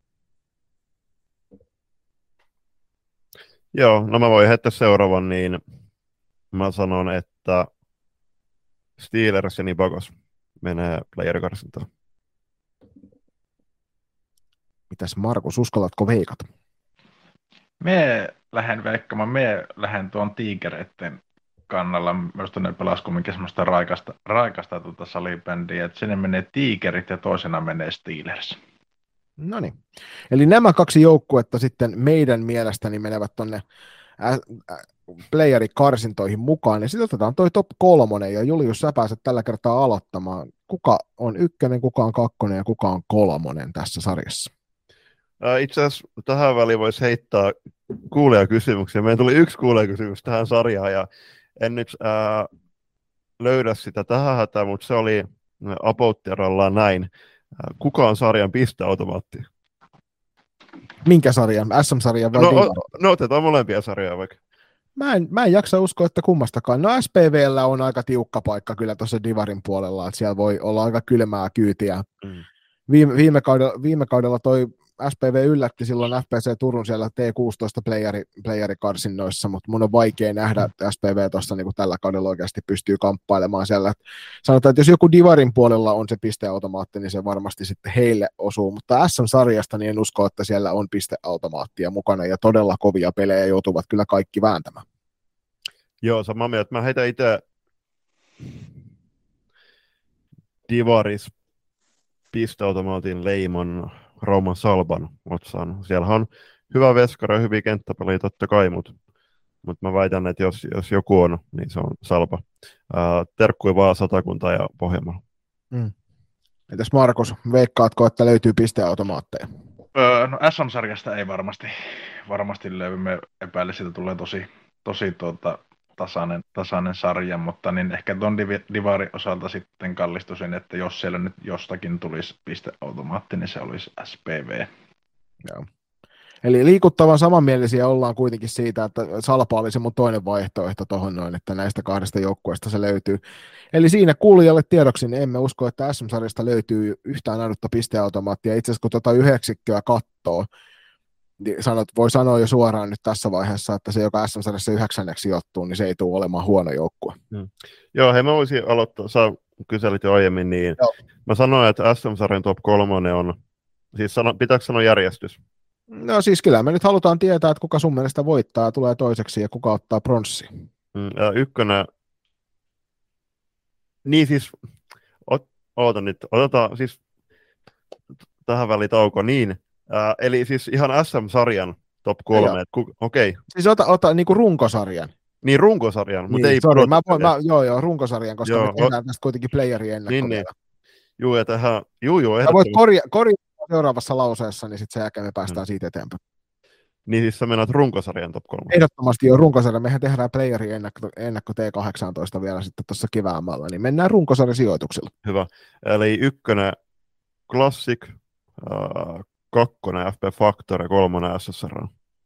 Joo, no mä voin heittää seuraavan, niin mä sanon, että Steelers ja Nipakos menee playerikarsintaan. Mitäs Markus, uskallatko veikata? Me lähden tuon Tigereiden kannalla. Minusta ne pelasi kumminkin semmoista raikasta salibändiä, että sinne menee Tigerit ja toisena menee Steelers. No niin. Eli nämä 2 joukkuetta sitten meidän mielestäni menevät tuonne playerikarsintoihin mukaan, ja sitten otetaan toi top 3, ja Julius, sä pääset tällä kertaa aloittamaan. Kuka on 1, kuka on 2 ja kuka on 3 tässä sarjassa? Itse asiassa tähän väliin voisi heittää kuulijakysymyksiä. Meillä tuli 1 kuulijakysymys tähän sarjaan, ja en nyt löydä sitä tähän hätään, mutta se oli Apouttiaralla näin. Kuka on sarjan pisteautomaatti? Minkä sarjan? SM-sarjan vai No otetaan molempia sarjoja vaikka. Mä en jaksa uskoa, että kummastakaan. No SPVllä on aika tiukka paikka kyllä tuossa Divarin puolella, että siellä voi olla aika kylmää kyytiä. Viime kaudella toi SPV yllätti silloin FPC Turun siellä T16 playerikarsinnoissa, mutta mun on vaikea nähdä, että SPV tuossa niin tällä kaudella oikeasti pystyy kamppailemaan siellä. Sanotaan, että jos joku Divarin puolella on se pisteautomaatti, niin se varmasti sitten heille osuu, mutta SM-sarjasta niin en usko, että siellä on pisteautomaattia mukana ja todella kovia pelejä joutuvat kyllä kaikki vääntämään. Joo, samaa mieltä. Mä heitän itse Divaris pisteautomaatin leimon Rauman Salban otsaan. Siellähän on hyvä veskari ja hyviä kenttäpelejä totta kai, mutta mä väitän, että jos joku on, niin se on Salpa. Terkkui vaan Satakunta ja Pohjanmaa. Entäs Markus, veikkaatko, että löytyy pisteautomaatteja? No SM-sarjasta ei varmasti löydy. Me epäilen, siitä tulee tosi tasainen sarja, mutta niin ehkä tuon divarin osalta sitten kallistuisin, että jos siellä nyt jostakin tulisi pisteautomaatti, niin se olisi SPV. Joo. Eli liikuttavan samanmielisiä ollaan kuitenkin siitä, että Salpa oli se mun toinen vaihtoehto tuohon noin, että näistä kahdesta joukkueesta se löytyy. Eli siinä kuulijalle tiedoksi, niin emme usko, että SM-sarjasta löytyy yhtään ainutta pisteautomaattia. Itse asiassa kun tuota yhdeksikköä katsoo, niin voi sanoa jo suoraan nyt tässä vaiheessa, että se, joka SM-sarjassa 9. sijoittuu, niin se ei tule olemaan huono joukkue. Joo, hei mä voisin aloittaa, sä kyselit jo aiemmin, niin joo. Mä sanoin, että SM-sarjan top 3 on, siis pitääkö sanoa järjestys? No siis kyllä me nyt halutaan tietää, että kuka sun mielestä voittaa ja tulee toiseksi ja kuka ottaa pronssi. Ykkönen, niin siis, oota nyt, otetaan siis tähän väliin tauko, niin, eli siis ihan SM-sarjan top 3, okei. Siis ota niinku runkosarjan. Niin, runkosarjan, mutta niin, ei sorry, joo, runkosarjan, koska me tehdään tästä kuitenkin playeri ennakko niin. Juu, ja tähän, juu, voit korjata seuraavassa lauseessa, niin sitten sen jälkeen me päästään siitä eteenpäin. Niin siis sä menet runkosarjan top 3? Ehdottomasti jo runkosarja. Mehän tehdään playeri ennakko T18 vielä sitten tuossa keväämällä, niin mennään runkosarjasijoituksilla. Hyvä. Eli ykkönen Classic, kakkonen FP Factor ja kolmonen SSR.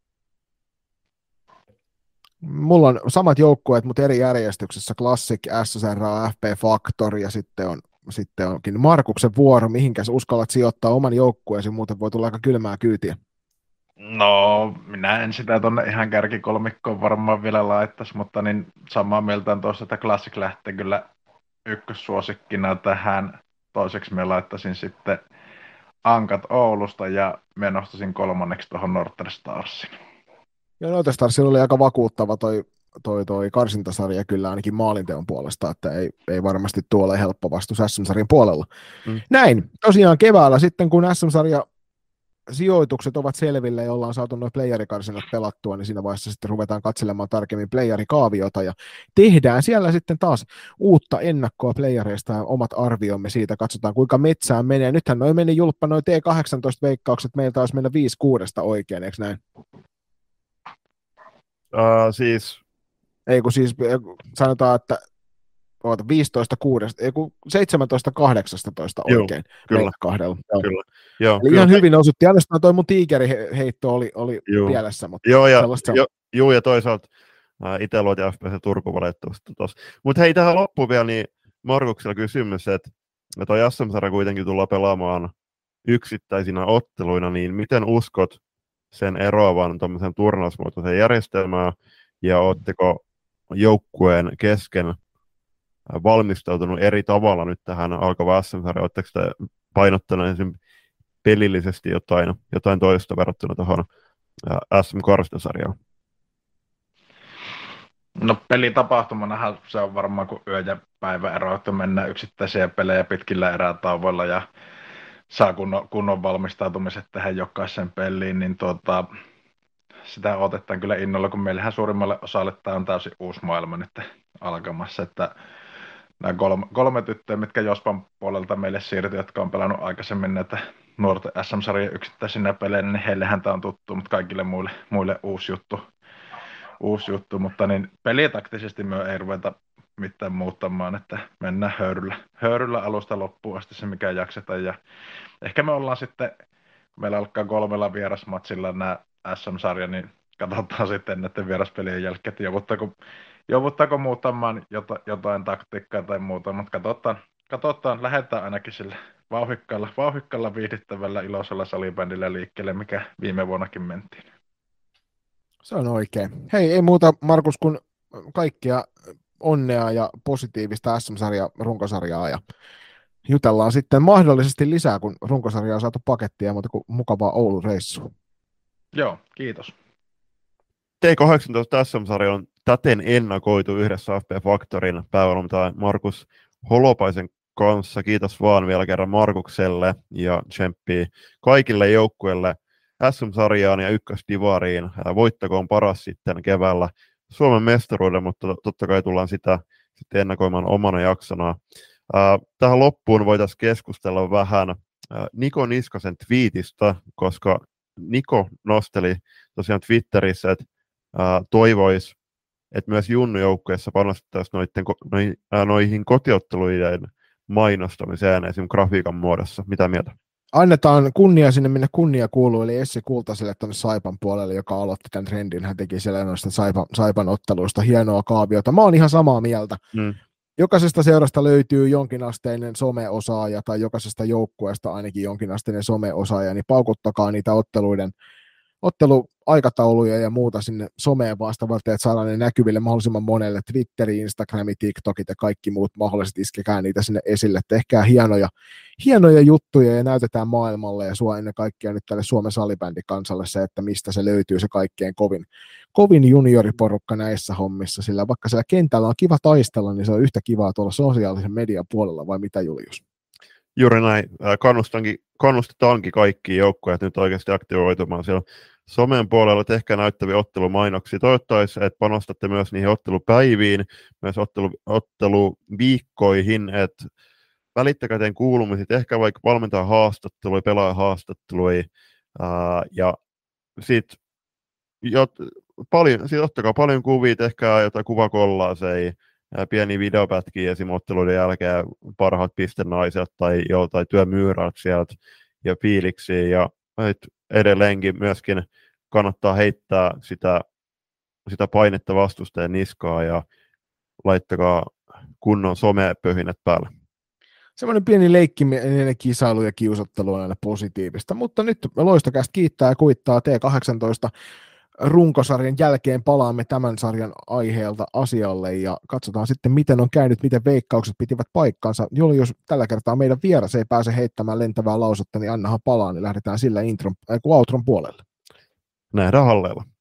Mulla on samat joukkueet, mutta eri järjestyksessä. Classic, SSR, FP Factor ja sitten onkin Markuksen vuoro. Mihinkäs uskallat sijoittaa oman joukkueesi, muuten voi tulla aika kylmää kyytiä. No, minä en sitä tuonne ihan kärkikolmikkoon varmaan vielä laittaisi, mutta niin samaa mieltä on tuossa, että Classic lähtee kyllä ykkössuosikkina tähän. Toiseksi me laittaisin sitten Ankat Oulusta ja me nostaisin kolmanneksi tuohon Northern Starsin. Joo, Northern Starsilla oli aika vakuuttava toi karsintasarja kyllä ainakin maalinteon puolesta, että ei varmasti tuolle helppo vastus SM-sarjan puolella. Näin, tosiaan keväällä sitten kun SM-sarja sijoitukset ovat selville ja ollaan saatu nuo playerikarsinat pelattua, niin siinä vaiheessa sitten ruvetaan katselemaan tarkemmin playerikaaviota ja tehdään siellä sitten taas uutta ennakkoa playereista ja omat arviomme siitä, katsotaan kuinka metsään menee. Nythän noi meni julppa noi T18-veikkaukset, meiltä olisi mennä 5-6 oikein, eikö näin? Siis... Ei kun siis sanotaan, että 17-18 oikein. Kyllä. Kahdella. Kyllä. Joo, eli ihan hyvin osuttiin. Ainoastaan toi mun tiikeriheitto oli pielessä. Mutta ja toisaalta itsellä oli FPS Turku valitettavasti tuossa. Mutta hei, tähän loppuun vielä, niin Markuksella kysymys, että toi SM-sarja kuitenkin tullaan pelaamaan yksittäisinä otteluina, niin miten uskot sen eroavan tuommoisen turnausmuotoisen järjestelmään, ja ootteko joukkueen kesken valmistautunut eri tavalla nyt tähän alkavaan SM-sarjaan? Oletteko te painottaneet esimerkiksi pelillisesti jotain toista verrattuna tuohon SM-karstasarjaan? No pelitapahtumanahan se on varmaan kuin yö ja päivä ero, että mennään yksittäisiä pelejä pitkillä erätauvoilla ja saa kunnon valmistautumiset tähän jokaisen peliin, niin sitä otetaan kyllä innolla, kun meillähän suurimmalle osalle tämä on täysin uusi maailma nyt alkamassa, että nämä kolme tyttöä, mitkä Jospan puolelta meille siirtyi, jotka on pelannut aikaisemmin näitä nuorten SM-sarjan yksittäisinä pelejä, niin heillehän tämä on tuttu, mutta kaikille muille uusi juttu, mutta niin pelitaktisesti me ei ruveta mitään muuttamaan, että mennään höyryllä alusta loppuun asti se, mikä jaksetaan, ja ehkä me ollaan sitten, kun meillä alkaa 3 vierasmatsilla nämä SM-sarja, niin katsotaan sitten näiden vieraspelien jälkeen, että jouduttaako muuttamaan jotain taktiikkaa tai muuta, mutta katsotaan, lähdetään ainakin sillä vauhikkaalla viihdyttävällä iloisella salibändillä liikkeelle, mikä viime vuonnakin mentiin. Se on oikein. Hei, ei muuta Markus kuin kaikkia onnea ja positiivista SM-sarja runkosarjaa ja jutellaan sitten mahdollisesti lisää, kun runkosarjaa on saatu pakettia, mutta mukavaa Oulun-reissua. Joo, kiitos. T18 SM-sarja on täten ennakoitu yhdessä FP Factorin päävalmentaja Markus Holopaisen kanssa. Kiitos vaan vielä kerran Markukselle ja tsemppiä kaikille joukkueille SM-sarjaan ja ykkösdivariin. Voittakoon paras sitten keväällä Suomen mestaruuden, mutta totta kai tullaan sitä sitten ennakoimaan omana jaksona. Tähän loppuun voitaisiin keskustella vähän Niko Niskasen twiitistä, koska Niko nosteli tosiaan Twitterissä, että toivoisi, että myös junnujoukkueessa panostettaisiin noihin kotiotteluiden mainostamiseen esimerkiksi grafiikan muodossa. Mitä mieltä? Annetaan kunnia sinne, minne kunnia kuuluu, eli Essi Kultaselle tuonne Saipan puolelle, joka aloitti tämän trendin. Hän teki siellä noista Saipan otteluista hienoa kaaviota. Mä oon ihan samaa mieltä. Jokaisesta seurasta löytyy jonkinasteinen someosaaja, tai jokaisesta joukkueesta ainakin jonkinasteinen someosaaja, niin paukuttakaa niitä otteluaikatauluja ja muuta sinne someen vastaavalta, että saadaan ne näkyville mahdollisimman monelle. Twitteri, Instagrami, TikTokit ja kaikki muut mahdolliset, iskekää niitä sinne esille. Tehkää hienoja juttuja ja näytetään maailmalle ja sua ennen kaikkea nyt tälle Suomen salibändikansalle se, että mistä se löytyy se kaikkein kovin junioriporukka näissä hommissa, sillä vaikka siellä kentällä on kiva taistella, niin se on yhtä kivaa tuolla sosiaalisen median puolella, vai mitä Julius? Juuri näin. Kannustetaankin kaikki joukkueet nyt oikeasti aktivoitumaan siellä somen puolella. Tehkää näyttäviä ottelumainoksia. Toivottavasti, että panostatte myös niihin ottelupäiviin, myös otteluviikkoihin, että välittäkää teidän kuulumisia, tehkää vaikka valmentajan haastatteluja, pelaajan haastatteluja, ja sitten ottakaa paljon kuvia, tehkää jotain kuvakollaaseja, pieniä videopätkiä esim. Otteluiden jälkeen, parhaat pistenaiset tai jotain työmyyrät sieltä ja fiiliksiä, ja edelleenkin myöskin kannattaa heittää sitä painetta vastustajan niskaa ja laittakaa kunnon somepöhinät päälle. Semmoinen pieni leikkiminen, kisailu ja kiusottelu on aina positiivista, mutta nyt Loistokästä kiittää ja kuittaa T18 runkosarjan jälkeen palaamme tämän sarjan aiheelta asialle ja katsotaan sitten, miten on käynyt, miten veikkaukset pitivät paikkansa. Jos tällä kertaa meidän vieras ei pääse heittämään lentävää lausetta, niin annahan palaa, niin lähdetään sillä outron puolelle. Nähdään halleilla.